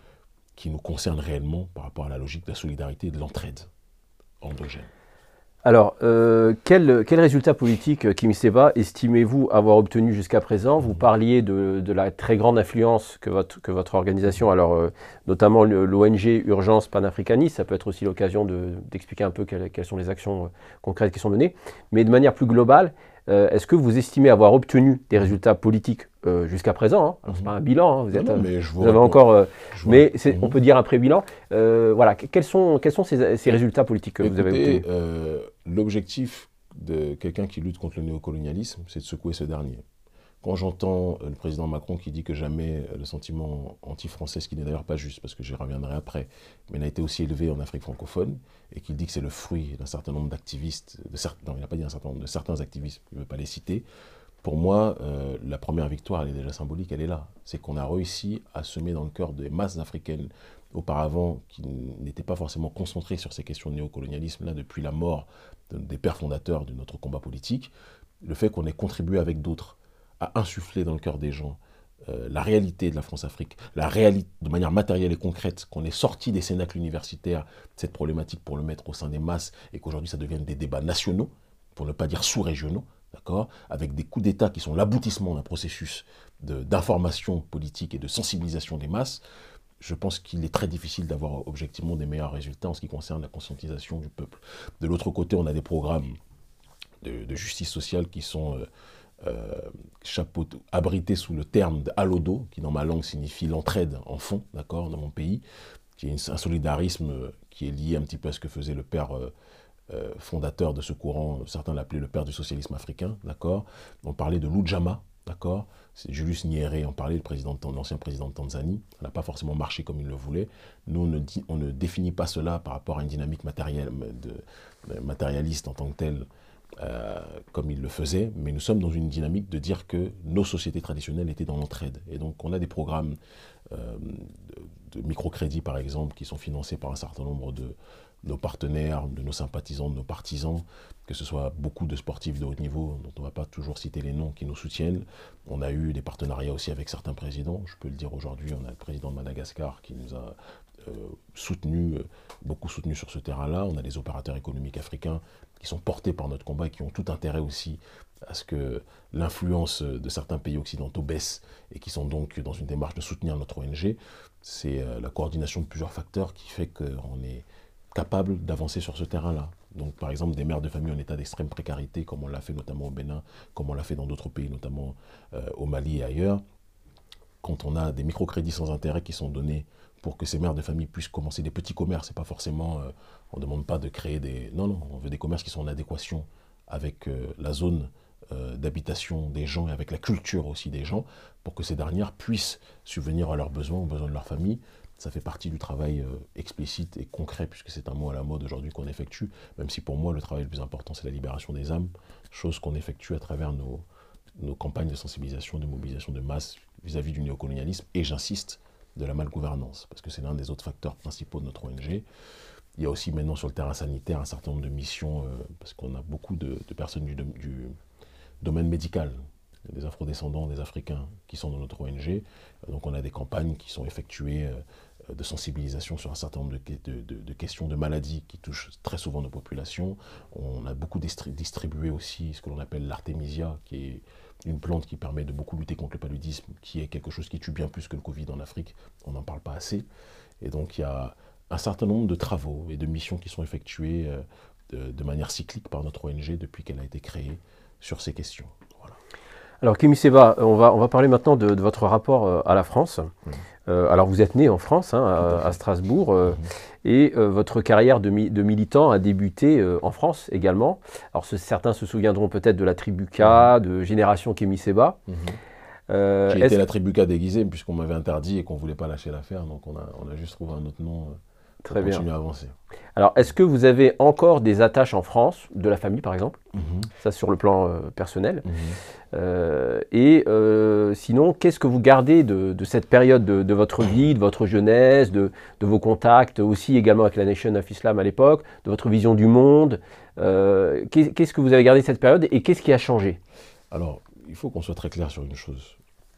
nous concernent réellement par rapport à la logique de la solidarité et de l'entraide endogène. Alors, quel résultat politique, Kim Seba, estimez-vous avoir obtenu jusqu'à présent? Vous parliez de la très grande influence que votre organisation, alors notamment l'ONG Urgence Panafricaniste, ça peut être aussi l'occasion d'expliquer un peu quelles sont les actions concrètes qui sont menées, mais de manière plus globale, est-ce que vous estimez avoir obtenu des résultats politiques jusqu'à présent, hein? Alors, c'est pas un bilan, hein, vous avez encore, mais on peut dire un pré-bilan. Voilà, quels sont ces résultats politiques que vous avez obtenus? L'objectif de quelqu'un qui lutte contre le néocolonialisme, c'est de secouer ce dernier. Quand j'entends le président Macron qui dit que jamais le sentiment anti-français, ce qui n'est d'ailleurs pas juste, parce que j'y reviendrai après, mais n'a été aussi élevé en Afrique francophone, et qu'il dit que c'est le fruit d'un certain nombre d'activistes, non, il n'a pas dit un certain nombre, de certains activistes, il ne veut pas les citer. Pour moi, la première victoire, elle est déjà symbolique, elle est là. C'est qu'on a réussi à semer dans le cœur des masses africaines, auparavant, qui n'étaient pas forcément concentrées sur ces questions de néocolonialisme, là, depuis la mort des pères fondateurs de notre combat politique, le fait qu'on ait contribué avec d'autres à insuffler dans le cœur des gens la réalité de la France-Afrique, la réalité de manière matérielle et concrète, qu'on est sorti des cénacles universitaires, cette problématique pour le mettre au sein des masses, et qu'aujourd'hui ça devienne des débats nationaux, pour ne pas dire sous-régionaux, d'accord, avec des coups d'État qui sont l'aboutissement d'un processus d'information politique et de sensibilisation des masses. Je pense qu'il est très difficile d'avoir objectivement des meilleurs résultats en ce qui concerne la conscientisation du peuple. De l'autre côté, on a des programmes de justice sociale qui sont abrités sous le terme de Alodo, qui dans ma langue signifie l'entraide en fond, d'accord, dans mon pays, qui est un solidarisme qui est lié un petit peu à ce que faisait le père fondateur de ce courant, certains l'appelaient le père du socialisme africain, d'accord. On parlait de l'Ujamaa, d'accord? C'est Julius Nyerere en parlait, l'ancien président de Tanzanie. Ça n'a pas forcément marché comme il le voulait. Nous, on ne définit pas cela par rapport à une dynamique matérialiste en tant que telle, comme il le faisait, mais nous sommes dans une dynamique de dire que nos sociétés traditionnelles étaient dans l'entraide. Et donc, on a des programmes de microcrédit, par exemple, qui sont financés par un certain nombre de nos partenaires, de nos sympathisants, de nos partisans, que ce soit beaucoup de sportifs de haut niveau, dont on ne va pas toujours citer les noms, qui nous soutiennent. On a eu des partenariats aussi avec certains présidents. Je peux le dire aujourd'hui, on a le président de Madagascar qui nous a beaucoup soutenu sur ce terrain-là. On a des opérateurs économiques africains qui sont portés par notre combat et qui ont tout intérêt aussi à ce que l'influence de certains pays occidentaux baisse et qui sont donc dans une démarche de soutenir notre ONG. C'est la coordination de plusieurs facteurs qui fait qu'on est capable d'avancer sur ce terrain-là. Donc, par exemple, des mères de famille en état d'extrême précarité, comme on l'a fait notamment au Bénin, comme on l'a fait dans d'autres pays, notamment au Mali et ailleurs. Quand on a des microcrédits sans intérêt qui sont donnés pour que ces mères de famille puissent commencer des petits commerces, c'est pas forcément, on ne demande pas de créer des... Non, non, on veut des commerces qui sont en adéquation avec la zone d'habitation des gens et avec la culture aussi des gens, pour que ces dernières puissent subvenir à leurs besoins, aux besoins de leur famille. Ça fait partie du travail explicite et concret, puisque c'est un mot à la mode aujourd'hui qu'on effectue, même si pour moi le travail le plus important c'est la libération des âmes, chose qu'on effectue à travers nos campagnes de sensibilisation, de mobilisation de masse vis-à-vis du néocolonialisme, et j'insiste, de la malgouvernance, parce que c'est l'un des autres facteurs principaux de notre ONG. Il y a aussi maintenant sur le terrain sanitaire un certain nombre de missions, parce qu'on a beaucoup de personnes du domaine médical, des afrodescendants, des Africains qui sont dans notre ONG. Donc on a des campagnes qui sont effectuées de sensibilisation sur un certain nombre de questions de maladies qui touchent très souvent nos populations. On a beaucoup distribué aussi ce que l'on appelle l'artémisia, qui est une plante qui permet de beaucoup lutter contre le paludisme, qui est quelque chose qui tue bien plus que le Covid en Afrique. On n'en parle pas assez. Et donc il y a un certain nombre de travaux et de missions qui sont effectuées de manière cyclique par notre ONG depuis qu'elle a été créée sur ces questions. Voilà. Alors Kémy Séba, on va parler maintenant de votre rapport à la France. Alors vous êtes né en France, hein, à Strasbourg, et votre carrière de militant a débuté en France également. Alors certains se souviendront peut-être de la tribu K, de Génération Kémy Séba. J'ai été la tribu K déguisée puisqu'on m'avait interdit et qu'on ne voulait pas lâcher l'affaire, donc on a juste trouvé un autre nom pour continuer à avancer. Alors est-ce que vous avez encore des attaches en France, de la famille par exemple, ça sur le plan personnel, et sinon, qu'est-ce que vous gardez de cette période de votre vie, de votre jeunesse, de vos contacts, aussi également avec la Nation of Islam à l'époque, de votre vision du monde, qu'est-ce que vous avez gardé de cette période et qu'est-ce qui a changé? Alors, il faut qu'on soit très clair sur une chose.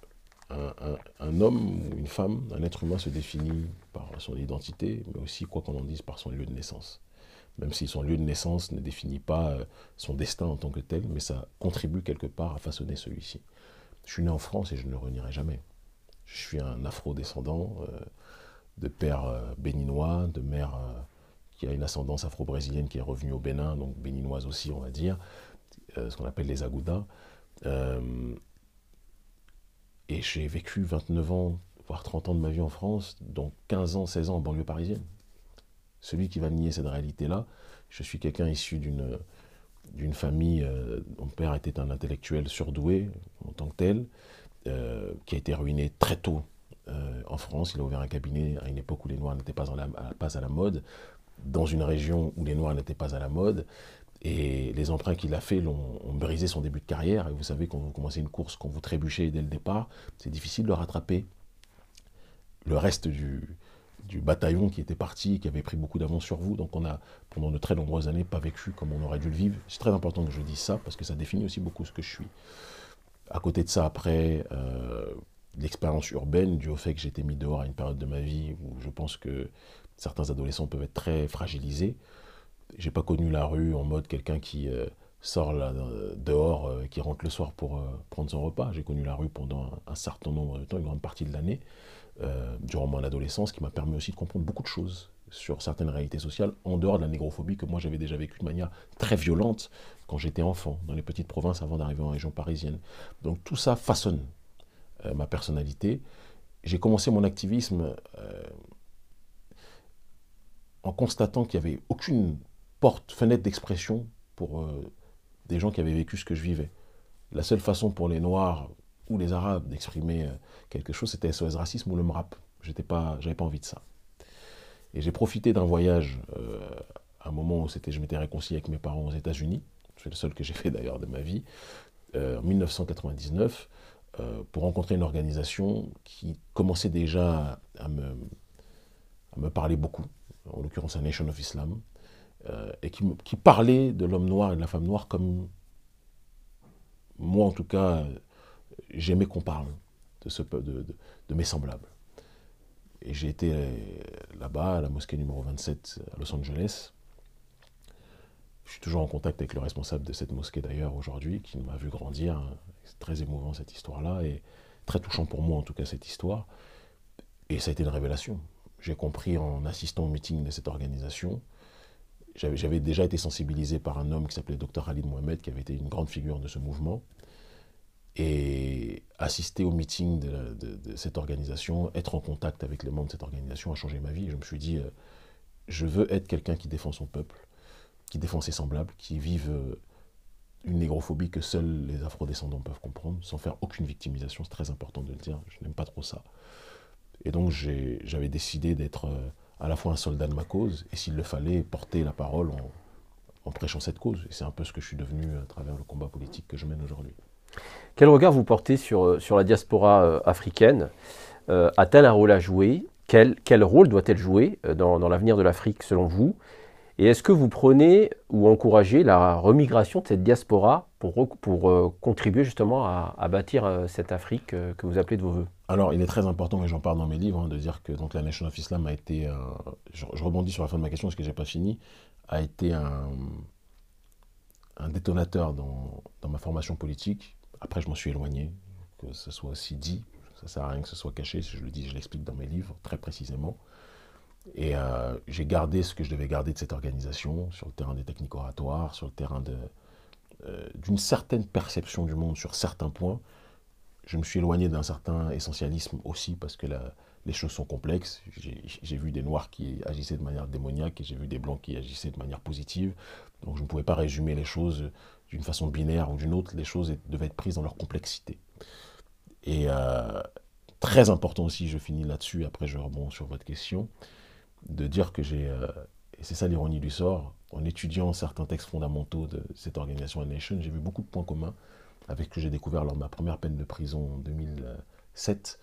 Un homme ou une femme, un être humain se définit par son identité, mais aussi, quoi qu'on en dise, par son lieu de naissance. Même si son lieu de naissance ne définit pas son destin en tant que tel, mais ça contribue quelque part à façonner celui-ci. Je suis né en France et je ne le renierai jamais. Je suis un afro-descendant de père béninois, de mère qui a une ascendance afro-brésilienne qui est revenue au Bénin, donc béninoise aussi, on va dire, ce qu'on appelle les Agoudas. Et j'ai vécu 29 ans, voire 30 ans de ma vie en France, dont 15 ans, 16 ans en banlieue parisienne. Celui qui va nier cette réalité-là, je suis quelqu'un issu d'une famille, mon père était un intellectuel surdoué en tant que tel, qui a été ruiné très tôt en France. Il a ouvert un cabinet à une époque où les Noirs n'étaient pas à la mode, dans une région où les Noirs n'étaient pas à la mode. Et les emprunts qu'il a fait ont brisé son début de carrière. Et vous savez, quand vous commencez une course, quand vous trébuchez dès le départ, c'est difficile de rattraper le reste du bataillon qui était parti, qui avait pris beaucoup d'avance sur vous. Donc on a, pendant de très nombreuses années, pas vécu comme on aurait dû le vivre. C'est très important que je dise ça, parce que ça définit aussi beaucoup ce que je suis. À côté de ça, après, l'expérience urbaine, due au fait que j'ai été mis dehors à une période de ma vie où je pense que certains adolescents peuvent être très fragilisés. J'ai pas connu la rue en mode quelqu'un qui sort là, dehors, qui rentre le soir pour prendre son repas. J'ai connu la rue pendant un certain nombre de temps, une grande partie de l'année, durant mon adolescence, qui m'a permis aussi de comprendre beaucoup de choses sur certaines réalités sociales, en dehors de la négrophobie que moi j'avais déjà vécue de manière très violente quand j'étais enfant, dans les petites provinces avant d'arriver en région parisienne. Donc tout ça façonne ma personnalité. J'ai commencé mon activisme en constatant qu'il n'y avait aucune fenêtre d'expression pour des gens qui avaient vécu ce que je vivais. La seule façon pour les Noirs ou les Arabes d'exprimer quelque chose, c'était SOS Racisme ou le MRAP. J'avais pas envie de ça. Et j'ai profité d'un voyage, à un moment où je m'étais réconcilié avec mes parents aux États-Unis, c'est le seul que j'ai fait d'ailleurs de ma vie, en 1999, pour rencontrer une organisation qui commençait déjà à me parler beaucoup, en l'occurrence la Nation of Islam, et qui parlait de l'homme noir et de la femme noire comme moi en tout cas, j'aimais qu'on parle de mes semblables. Et j'ai été là-bas, à la mosquée numéro 27 à Los Angeles. Je suis toujours en contact avec le responsable de cette mosquée d'ailleurs aujourd'hui, qui m'a vu grandir. C'est très émouvant cette histoire-là, et très touchant pour moi en tout cas cette histoire. Et ça a été une révélation. J'ai compris en assistant au meeting de cette organisation. J'avais déjà été sensibilisé par un homme qui s'appelait Dr Khalid Mohamed, qui avait été une grande figure de ce mouvement. Et assister au meeting de cette organisation, être en contact avec les membres de cette organisation a changé ma vie. Je me suis dit, je veux être quelqu'un qui défend son peuple, qui défend ses semblables, qui vive une négrophobie que seuls les afrodescendants peuvent comprendre, sans faire aucune victimisation, c'est très important de le dire, je n'aime pas trop ça. Et donc j'avais décidé d'être à la fois un soldat de ma cause, et s'il le fallait, porter la parole en prêchant cette cause. Et c'est un peu ce que je suis devenu à travers le combat politique que je mène aujourd'hui. Quel regard vous portez sur la diaspora africaine? A-t-elle un rôle à jouer? Quel rôle doit-elle jouer dans l'avenir de l'Afrique selon vous? Et est-ce que vous prenez ou encouragez la remigration de cette diaspora pour contribuer justement à bâtir cette Afrique que vous appelez de vos voeux? Alors, il est très important, et j'en parle dans mes livres, de dire que donc, la Nation of Islam a été, je rebondis sur la fin de ma question parce que je n'ai pas fini, a été un détonateur dans ma formation politique. Après, je m'en suis éloigné, que ce soit aussi dit, ça ne sert à rien que ce soit caché, si je le dis, je l'explique dans mes livres, très précisément. Et j'ai gardé ce que je devais garder de cette organisation, sur le terrain des techniques oratoires, sur le terrain d'une certaine perception du monde sur certains points. Je me suis éloigné d'un certain essentialisme aussi, parce que les choses sont complexes. J'ai vu des noirs qui agissaient de manière démoniaque, et j'ai vu des blancs qui agissaient de manière positive. Donc je ne pouvais pas résumer les choses d'une façon binaire ou d'une autre. Les choses devaient être prises dans leur complexité. Et très important aussi, je finis là-dessus, après je rebondis sur votre question, de dire que et c'est ça l'ironie du sort, en étudiant certains textes fondamentaux de cette organisation La Nation, j'ai vu beaucoup de points communs avec ce que j'ai découvert lors de ma première peine de prison en 2007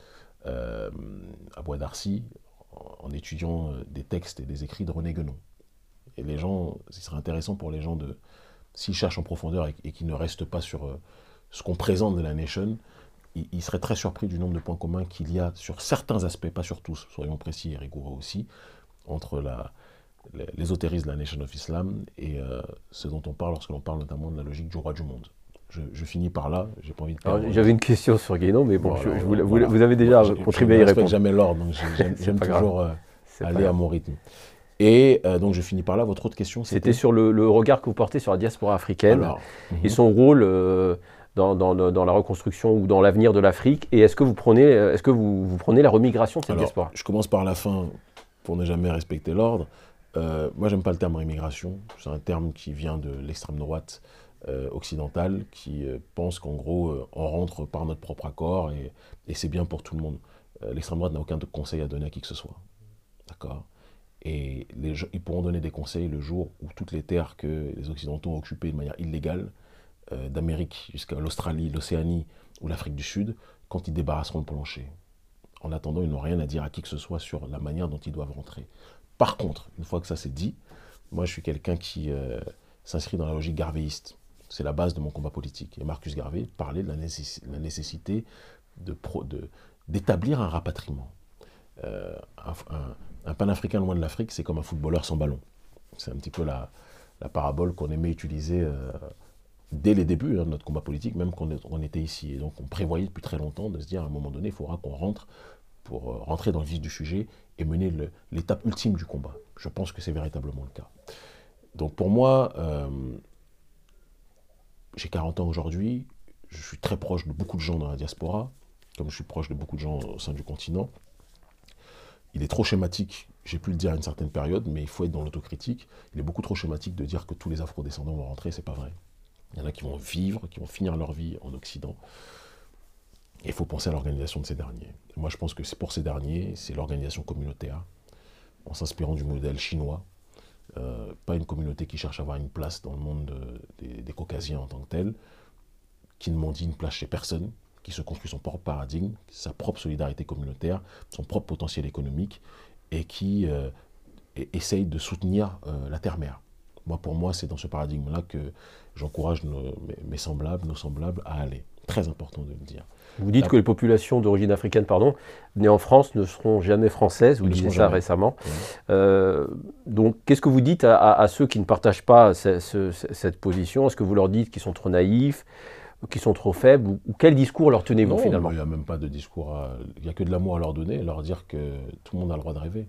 à Bois d'Arcy, en étudiant des textes et des écrits de René Guénon. Et les gens, ce serait intéressant pour les gens s'ils cherchent en profondeur et qu'ils ne restent pas sur ce qu'on présente de La Nation, ils seraient très surpris du nombre de points communs qu'il y a sur certains aspects, pas sur tous, soyons précis et rigoureux aussi, entre l'ésotérisme de la Nation of Islam et ce dont on parle lorsque l'on parle notamment de la logique du roi du monde. Je finis par là, j'ai pas envie de perdre. J'avais une question sur Guénon, mais bon, voilà, vous avez déjà contribué à y répondre. Je ne respecte jamais l'ordre, donc j'aime toujours aller à mon rythme. Et donc je finis par là, votre autre question c'était sur le regard que vous portez sur la diaspora africaine et son rôle dans la reconstruction ou dans l'avenir de l'Afrique, et est-ce que vous prenez la remigration de cette diaspora? Je commence par la fin, pour ne jamais respecter l'ordre. Moi, j'aime pas le terme remigration, c'est un terme qui vient de l'extrême droite occidentale, qui pense qu'en gros, on rentre par notre propre accord, et c'est bien pour tout le monde. L'extrême droite n'a aucun conseil à donner à qui que ce soit. D'accord? Et ils pourront donner des conseils le jour où toutes les terres que les Occidentaux ont occupées de manière illégale, d'Amérique jusqu'à l'Australie, l'Océanie ou l'Afrique du Sud, quand ils débarrasseront le plancher. En attendant, ils n'ont rien à dire à qui que ce soit sur la manière dont ils doivent rentrer. Par contre, une fois que ça c'est dit, moi je suis quelqu'un qui s'inscrit dans la logique garvéiste. C'est la base de mon combat politique. Et Marcus Garvey parlait de la nécessité d'établir un rapatriement. Un panafricain loin de l'Afrique, c'est comme un footballeur sans ballon. C'est un petit peu la parabole qu'on aimait utiliser dès les débuts de notre combat politique, même quand on était ici. Et donc on prévoyait depuis très longtemps de se dire à un moment donné, il faudra qu'on rentre pour rentrer dans le vif du sujet et mener l'étape ultime du combat. Je pense que c'est véritablement le cas. Donc pour moi, j'ai 40 ans aujourd'hui, je suis très proche de beaucoup de gens dans la diaspora, comme je suis proche de beaucoup de gens au sein du continent. Il est trop schématique, j'ai pu le dire à une certaine période, mais il faut être dans l'autocritique. Il est beaucoup trop schématique de dire que tous les afro-descendants vont rentrer, c'est pas vrai. Il y en a qui vont vivre, qui vont finir leur vie en Occident. il faut penser à l'organisation de ces derniers. Moi, je pense que c'est pour ces derniers, c'est l'organisation communautaire, en s'inspirant du modèle chinois. Pas une communauté qui cherche à avoir une place dans le monde des Caucasiens en tant que tel, qui ne mendie une place chez personne, qui se construit son propre paradigme, sa propre solidarité communautaire, son propre potentiel économique, et qui essaye de soutenir la terre-mère. Pour moi, c'est dans ce paradigme-là que j'encourage mes semblables, nos semblables à aller. Très important de le dire. Vous dites que les populations d'origine africaine, nées en France, ne seront jamais françaises. Vous disiez ça récemment. Ouais. Donc, qu'est-ce que vous dites à ceux qui ne partagent pas cette position? Est-ce que vous leur dites qu'ils sont trop naïfs, qu'ils sont trop faibles, ou quel discours leur tenez-vous finalement? Il n'y a même pas de discours. Il n'y a que de l'amour à leur donner, leur dire que tout le monde a le droit de rêver.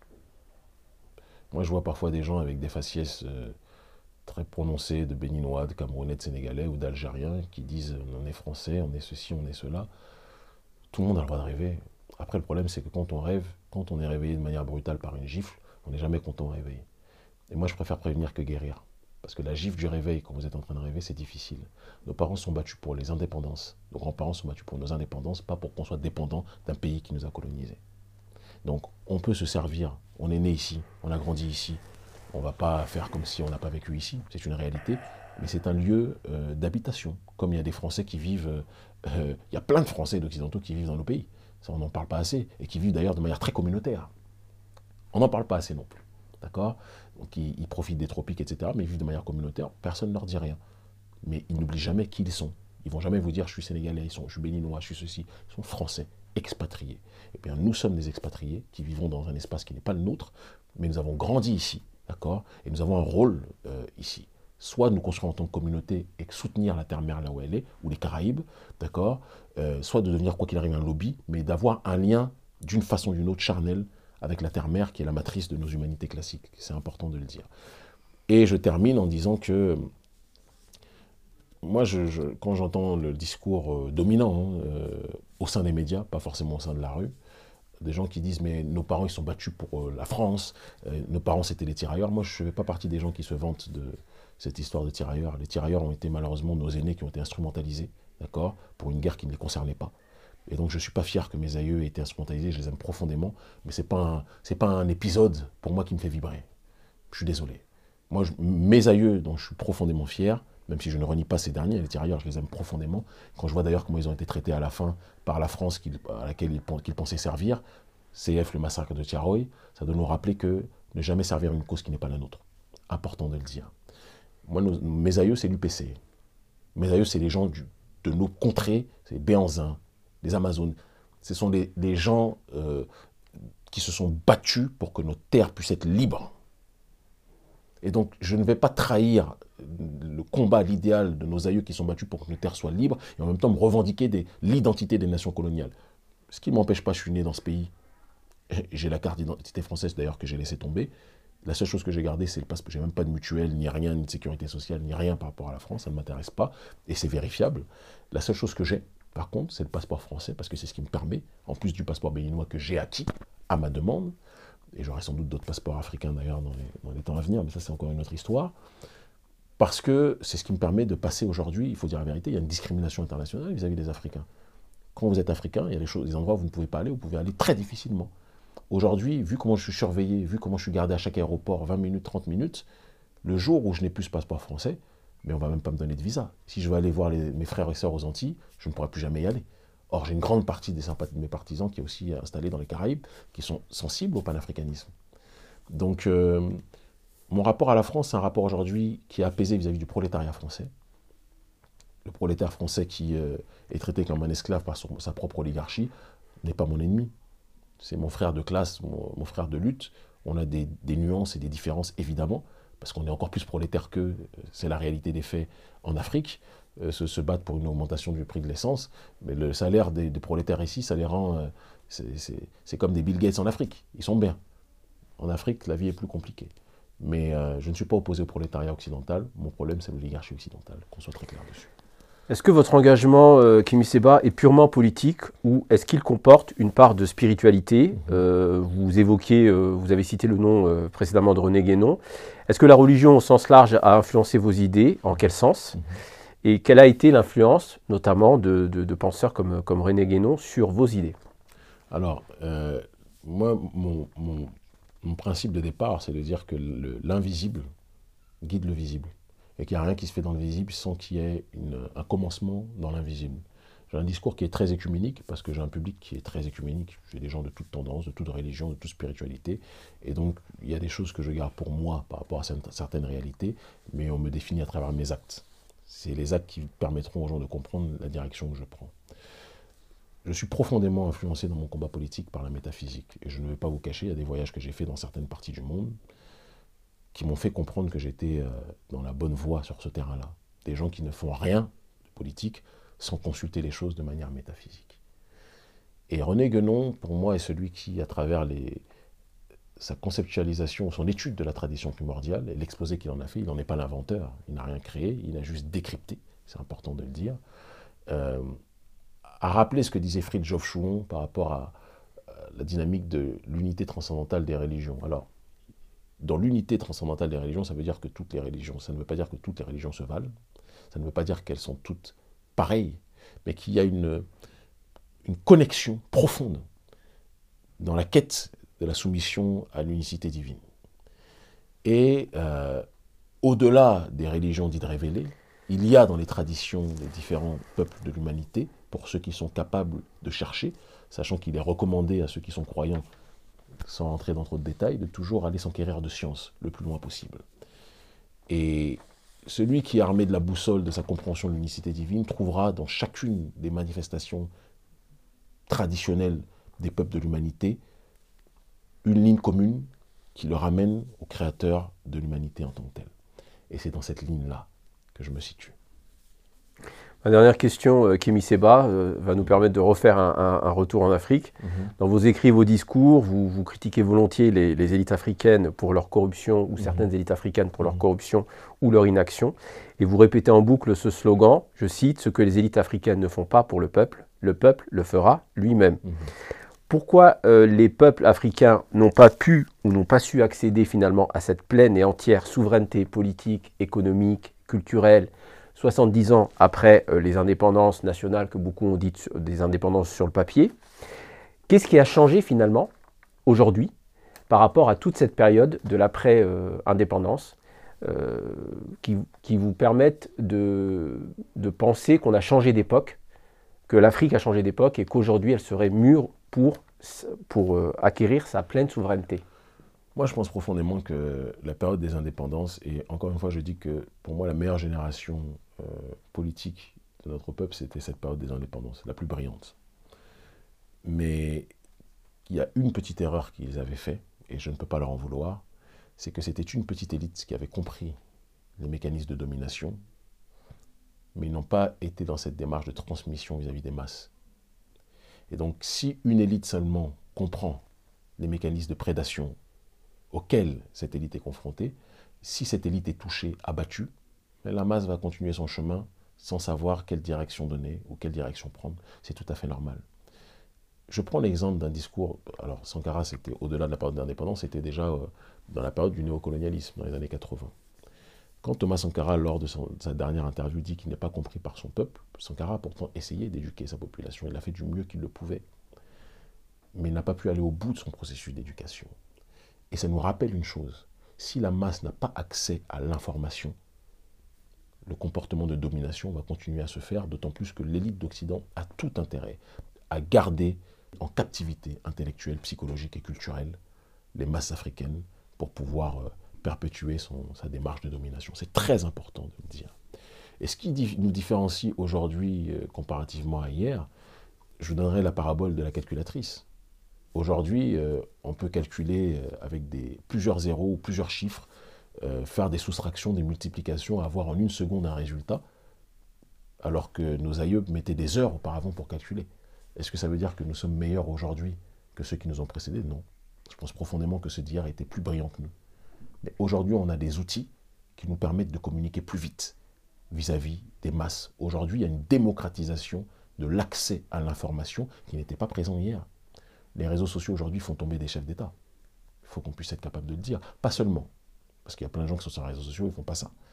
Moi, je vois parfois des gens avec des faciès très prononcés de Béninois, de Camerounais, de Sénégalais ou d'Algériens qui disent on est français, on est ceci, on est cela. Tout le monde a le droit de rêver. Après, le problème, c'est que quand on rêve, quand on est réveillé de manière brutale par une gifle, on n'est jamais content réveillé. Et moi, je préfère prévenir que guérir. Parce que la gifle du réveil, quand vous êtes en train de rêver, c'est difficile. Nos parents sont battus pour les indépendances. Nos grands-parents sont battus pour nos indépendances, pas pour qu'on soit dépendant d'un pays qui nous a colonisés. Donc, on peut se servir. On est né ici, on a grandi ici. On ne va pas faire comme si on n'a pas vécu ici. C'est une réalité. Mais c'est un lieu d'habitation. Comme il y a des Français qui vivent... il y a plein de Français d'Occidentaux qui vivent dans nos pays. Ça, on n'en parle pas assez. Et qui vivent d'ailleurs de manière très communautaire. On n'en parle pas assez non plus. D'accord? Donc, ils profitent des tropiques, etc. Mais ils vivent de manière communautaire. Personne ne leur dit rien. Mais ils n'oublient jamais qui ils sont. Ils ne vont jamais vous dire « je suis sénégalais, je suis béninois, je suis ceci ». Ils sont français, expatriés. Et bien, nous sommes des expatriés qui vivons dans un espace qui n'est pas le nôtre, mais nous avons grandi ici, d'accord? Et nous avons un rôle ici. Soit nous construire en tant que communauté et soutenir la terre-mère là où elle est, ou les Caraïbes, d'accord? Soit de devenir, quoi qu'il arrive, un lobby, mais d'avoir un lien d'une façon ou d'une autre charnel avec la terre-mère qui est la matrice de nos humanités classiques. C'est important de le dire. Et je termine en disant que moi, quand j'entends le discours dominant au sein des médias, pas forcément au sein de la rue, des gens qui disent « mais nos parents ils sont battus pour la France, nos parents c'était les tirailleurs ». Moi, je ne fais pas partie des gens qui se vantent de cette histoire de tirailleurs. Les tirailleurs ont été malheureusement nos aînés qui ont été instrumentalisés, d'accord, pour une guerre qui ne les concernait pas. Et donc, je ne suis pas fier que mes aïeux aient été instrumentalisés, je les aime profondément, mais ce n'est pas un épisode pour moi qui me fait vibrer. Je suis désolé. Moi, mes aïeux, dont je suis profondément fier, même si je ne renie pas ces derniers, les tirailleurs, je les aime profondément. Quand je vois d'ailleurs comment ils ont été traités à la fin par la France à laquelle ils pensaient servir, CF, le massacre de Tiaroy, ça doit nous rappeler que ne jamais servir une cause qui n'est pas la nôtre. Important de le dire. Moi, mes aïeux, c'est l'UPC. Mes aïeux, c'est les gens de nos contrées, c'est les Béanzins, les Amazones. Ce sont les gens qui se sont battus pour que nos terres puissent être libres. Et donc, je ne vais pas trahir le combat, l'idéal de nos aïeux qui sont battus pour que nos terres soient libres, et en même temps me revendiquer l'identité des nations coloniales. Ce qui ne m'empêche pas, je suis né dans ce pays. J'ai la carte d'identité française d'ailleurs que j'ai laissé tomber. La seule chose que j'ai gardée, c'est le passeport. J'ai même pas de mutuelle, ni rien, ni de sécurité sociale, ni rien par rapport à la France. Ça ne m'intéresse pas, et c'est vérifiable. La seule chose que j'ai, par contre, c'est le passeport français, parce que c'est ce qui me permet, en plus du passeport béninois que j'ai acquis à ma demande, et j'aurai sans doute d'autres passeports africains d'ailleurs dans les temps à venir, mais ça c'est encore une autre histoire, parce que c'est ce qui me permet de passer aujourd'hui, il faut dire la vérité, il y a une discrimination internationale vis-à-vis des Africains. Quand vous êtes Africain, il y a des endroits où vous ne pouvez pas aller, vous pouvez aller très difficilement. Aujourd'hui, vu comment je suis surveillé, vu comment je suis gardé à chaque aéroport, 20 minutes, 30 minutes, le jour où je n'ai plus ce passeport français, mais on ne va même pas me donner de visa. Si je veux aller voir mes frères et sœurs aux Antilles, je ne pourrai plus jamais y aller. Or, j'ai une grande partie de mes partisans qui est aussi installés dans les Caraïbes, qui sont sensibles au panafricanisme. Donc, mon rapport à la France, c'est un rapport aujourd'hui qui est apaisé vis-à-vis du prolétariat français. Le prolétaire français qui est traité comme un esclave par sa propre oligarchie n'est pas mon ennemi. C'est mon frère de classe, mon frère de lutte. On a des nuances et des différences, évidemment, parce qu'on est encore plus prolétaire qu'eux. C'est la réalité des faits en Afrique. Se battre pour une augmentation du prix de l'essence, mais le salaire des prolétaires ici, ça les rend... c'est comme des Bill Gates en Afrique. Ils sont bien. En Afrique, la vie est plus compliquée. Mais je ne suis pas opposé au prolétariat occidental. Mon problème, c'est l'oligarchie occidentale, qu'on soit très clair dessus. Est-ce que votre engagement, Kémy Séba, est purement politique ou est-ce qu'il comporte une part de spiritualité? Vous évoquiez, vous avez cité le nom précédemment de René Guénon. Est-ce que la religion au sens large a influencé vos idées? En quel sens? Et quelle a été l'influence, notamment, de penseurs comme René Guénon sur vos idées? Alors, moi, mon principe de départ, c'est de dire que l'invisible guide le visible. Et qu'il n'y a rien qui se fait dans le visible sans qu'il y ait un commencement dans l'invisible. J'ai un discours qui est très écuménique, parce que j'ai un public qui est très écuménique. J'ai des gens de toutes tendances, de toute religion, de toute spiritualité. Et donc, il y a des choses que je garde pour moi par rapport à certaines réalités, mais on me définit à travers mes actes. C'est les actes qui permettront aux gens de comprendre la direction que je prends. Je suis profondément influencé dans mon combat politique par la métaphysique. Et je ne vais pas vous cacher, il y a des voyages que j'ai faits dans certaines parties du monde qui m'ont fait comprendre que j'étais dans la bonne voie sur ce terrain-là. Des gens qui ne font rien de politique sans consulter les choses de manière métaphysique. Et René Guénon, pour moi, est celui qui, à travers sa conceptualisation, son étude de la tradition primordiale, et l'exposé qu'il en a fait, il n'en est pas l'inventeur, il n'a rien créé, il a juste décrypté, c'est important de le dire, a rappelé ce que disait Fridtjof Schuon par rapport à la dynamique de l'unité transcendantale des religions. Alors, dans l'unité transcendantale des religions, ça veut dire que toutes les religions, ça ne veut pas dire que toutes les religions se valent, ça ne veut pas dire qu'elles sont toutes pareilles, mais qu'il y a une connexion profonde dans la quête de la soumission à l'unicité divine. Et au-delà des religions dites révélées, il y a dans les traditions des différents peuples de l'humanité, pour ceux qui sont capables de chercher, sachant qu'il est recommandé à ceux qui sont croyants, sans entrer dans trop de détails, de toujours aller s'enquérir de science le plus loin possible. Et celui qui est armé de la boussole de sa compréhension de l'unicité divine trouvera dans chacune des manifestations traditionnelles des peuples de l'humanité une ligne commune qui le ramène au créateur de l'humanité en tant que tel. Et c'est dans cette ligne-là que je me situe. Ma dernière question, Kémy Séba, va nous permettre de refaire un retour en Afrique. Dans vos écrits, vos discours, vous critiquez volontiers les élites africaines pour leur corruption, ou certaines élites africaines pour leur corruption ou leur inaction. Et vous répétez en boucle ce slogan, je cite, « Ce que les élites africaines ne font pas pour le peuple le fera lui-même ». Pourquoi les peuples africains n'ont pas pu ou n'ont pas su accéder finalement à cette pleine et entière souveraineté politique, économique, culturelle, 70 ans après les indépendances nationales que beaucoup ont dites des indépendances sur le papier? Qu'est-ce qui a changé finalement aujourd'hui par rapport à toute cette période de l'après-indépendance qui vous permettent de penser qu'on a changé d'époque, que l'Afrique a changé d'époque et qu'aujourd'hui elle serait mûre pour acquérir sa pleine souveraineté? Moi, je pense profondément que la période des indépendances, et encore une fois, je dis que pour moi, la meilleure génération politique de notre peuple, c'était cette période des indépendances, la plus brillante. Mais il y a une petite erreur qu'ils avaient faite, et je ne peux pas leur en vouloir, c'est que c'était une petite élite qui avait compris les mécanismes de domination, mais ils n'ont pas été dans cette démarche de transmission vis-à-vis des masses. Et donc, si une élite seulement comprend les mécanismes de prédation auxquels cette élite est confrontée, si cette élite est touchée, abattue, la masse va continuer son chemin sans savoir quelle direction donner ou quelle direction prendre. C'est tout à fait normal. Je prends l'exemple d'un discours, alors Sankara c'était au-delà de la période d'indépendance, c'était déjà dans la période du néocolonialisme, dans les années 80. Quand Thomas Sankara, lors de sa dernière interview, dit qu'il n'est pas compris par son peuple, Sankara a pourtant essayé d'éduquer sa population, il a fait du mieux qu'il le pouvait, mais il n'a pas pu aller au bout de son processus d'éducation. Et ça nous rappelle une chose, si la masse n'a pas accès à l'information, le comportement de domination va continuer à se faire, d'autant plus que l'élite d'Occident a tout intérêt à garder en captivité intellectuelle, psychologique et culturelle les masses africaines pour pouvoir perpétuer sa démarche de domination. C'est très important de le dire. Et ce qui nous différencie aujourd'hui comparativement à hier, je vous donnerai la parabole de la calculatrice. Aujourd'hui, on peut calculer avec plusieurs zéros ou plusieurs chiffres, faire des soustractions, des multiplications, avoir en une seconde un résultat, alors que nos aïeux mettaient des heures auparavant pour calculer. Est-ce que ça veut dire que nous sommes meilleurs aujourd'hui que ceux qui nous ont précédés? Non. Je pense profondément que ceux d'hier étaient plus brillants que nous. Mais aujourd'hui, on a des outils qui nous permettent de communiquer plus vite vis-à-vis des masses. Aujourd'hui, il y a une démocratisation de l'accès à l'information qui n'était pas présent hier. Les réseaux sociaux aujourd'hui font tomber des chefs d'État. Il faut qu'on puisse être capable de le dire. Pas seulement, parce qu'il y a plein de gens qui sont sur les réseaux sociaux, ils ne font pas ça.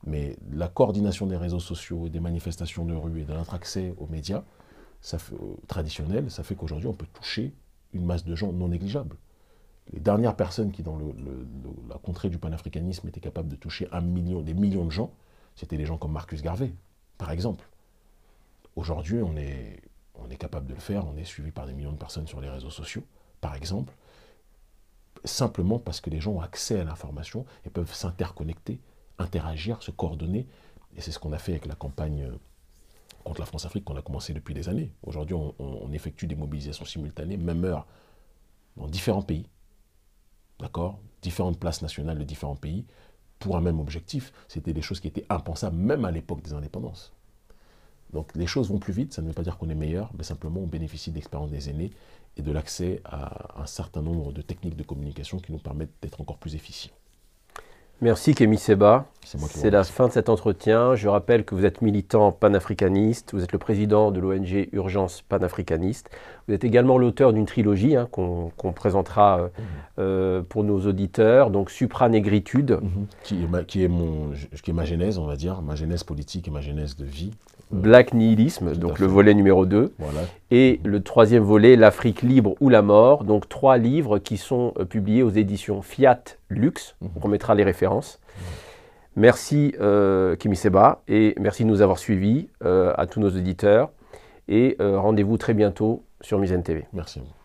Mais la coordination des réseaux sociaux, des manifestations de rue et de notre accès aux médias traditionnels, ça fait qu'aujourd'hui, on peut toucher une masse de gens non négligeable. Les dernières personnes qui, dans la contrée du panafricanisme, étaient capables de toucher des millions de gens, c'était des gens comme Marcus Garvey, par exemple. Aujourd'hui, on est capable de le faire, on est suivi par des millions de personnes sur les réseaux sociaux, par exemple, simplement parce que les gens ont accès à l'information et peuvent s'interconnecter, interagir, se coordonner. Et c'est ce qu'on a fait avec la campagne contre la France-Afrique qu'on a commencé depuis des années. Aujourd'hui, on effectue des mobilisations simultanées, même heure, dans différents pays. D'accord? Différentes places nationales de différents pays pour un même objectif. C'était des choses qui étaient impensables, même à l'époque des indépendances. Donc les choses vont plus vite, ça ne veut pas dire qu'on est meilleur, mais simplement on bénéficie de l'expérience des aînés et de l'accès à un certain nombre de techniques de communication qui nous permettent d'être encore plus efficients. Merci Kémy Séba. C'est la fin de cet entretien. Je rappelle que vous êtes militant panafricaniste, vous êtes le président de l'ONG Urgence Panafricaniste. Vous êtes également l'auteur d'une trilogie qu'on présentera pour nos auditeurs, donc Supranégritude. Qui est ma genèse, on va dire, ma genèse politique et ma genèse de vie. Black Nihilisme, donc le volet numéro 2. Voilà. Et le troisième volet, L'Afrique libre ou la mort. Donc 3 livres qui sont publiés aux éditions Fiat Lux. On mettra les références. Merci Kémy Séba et merci de nous avoir suivis, à tous nos auditeurs. Et rendez-vous très bientôt sur Mizzen TV. Merci à vous.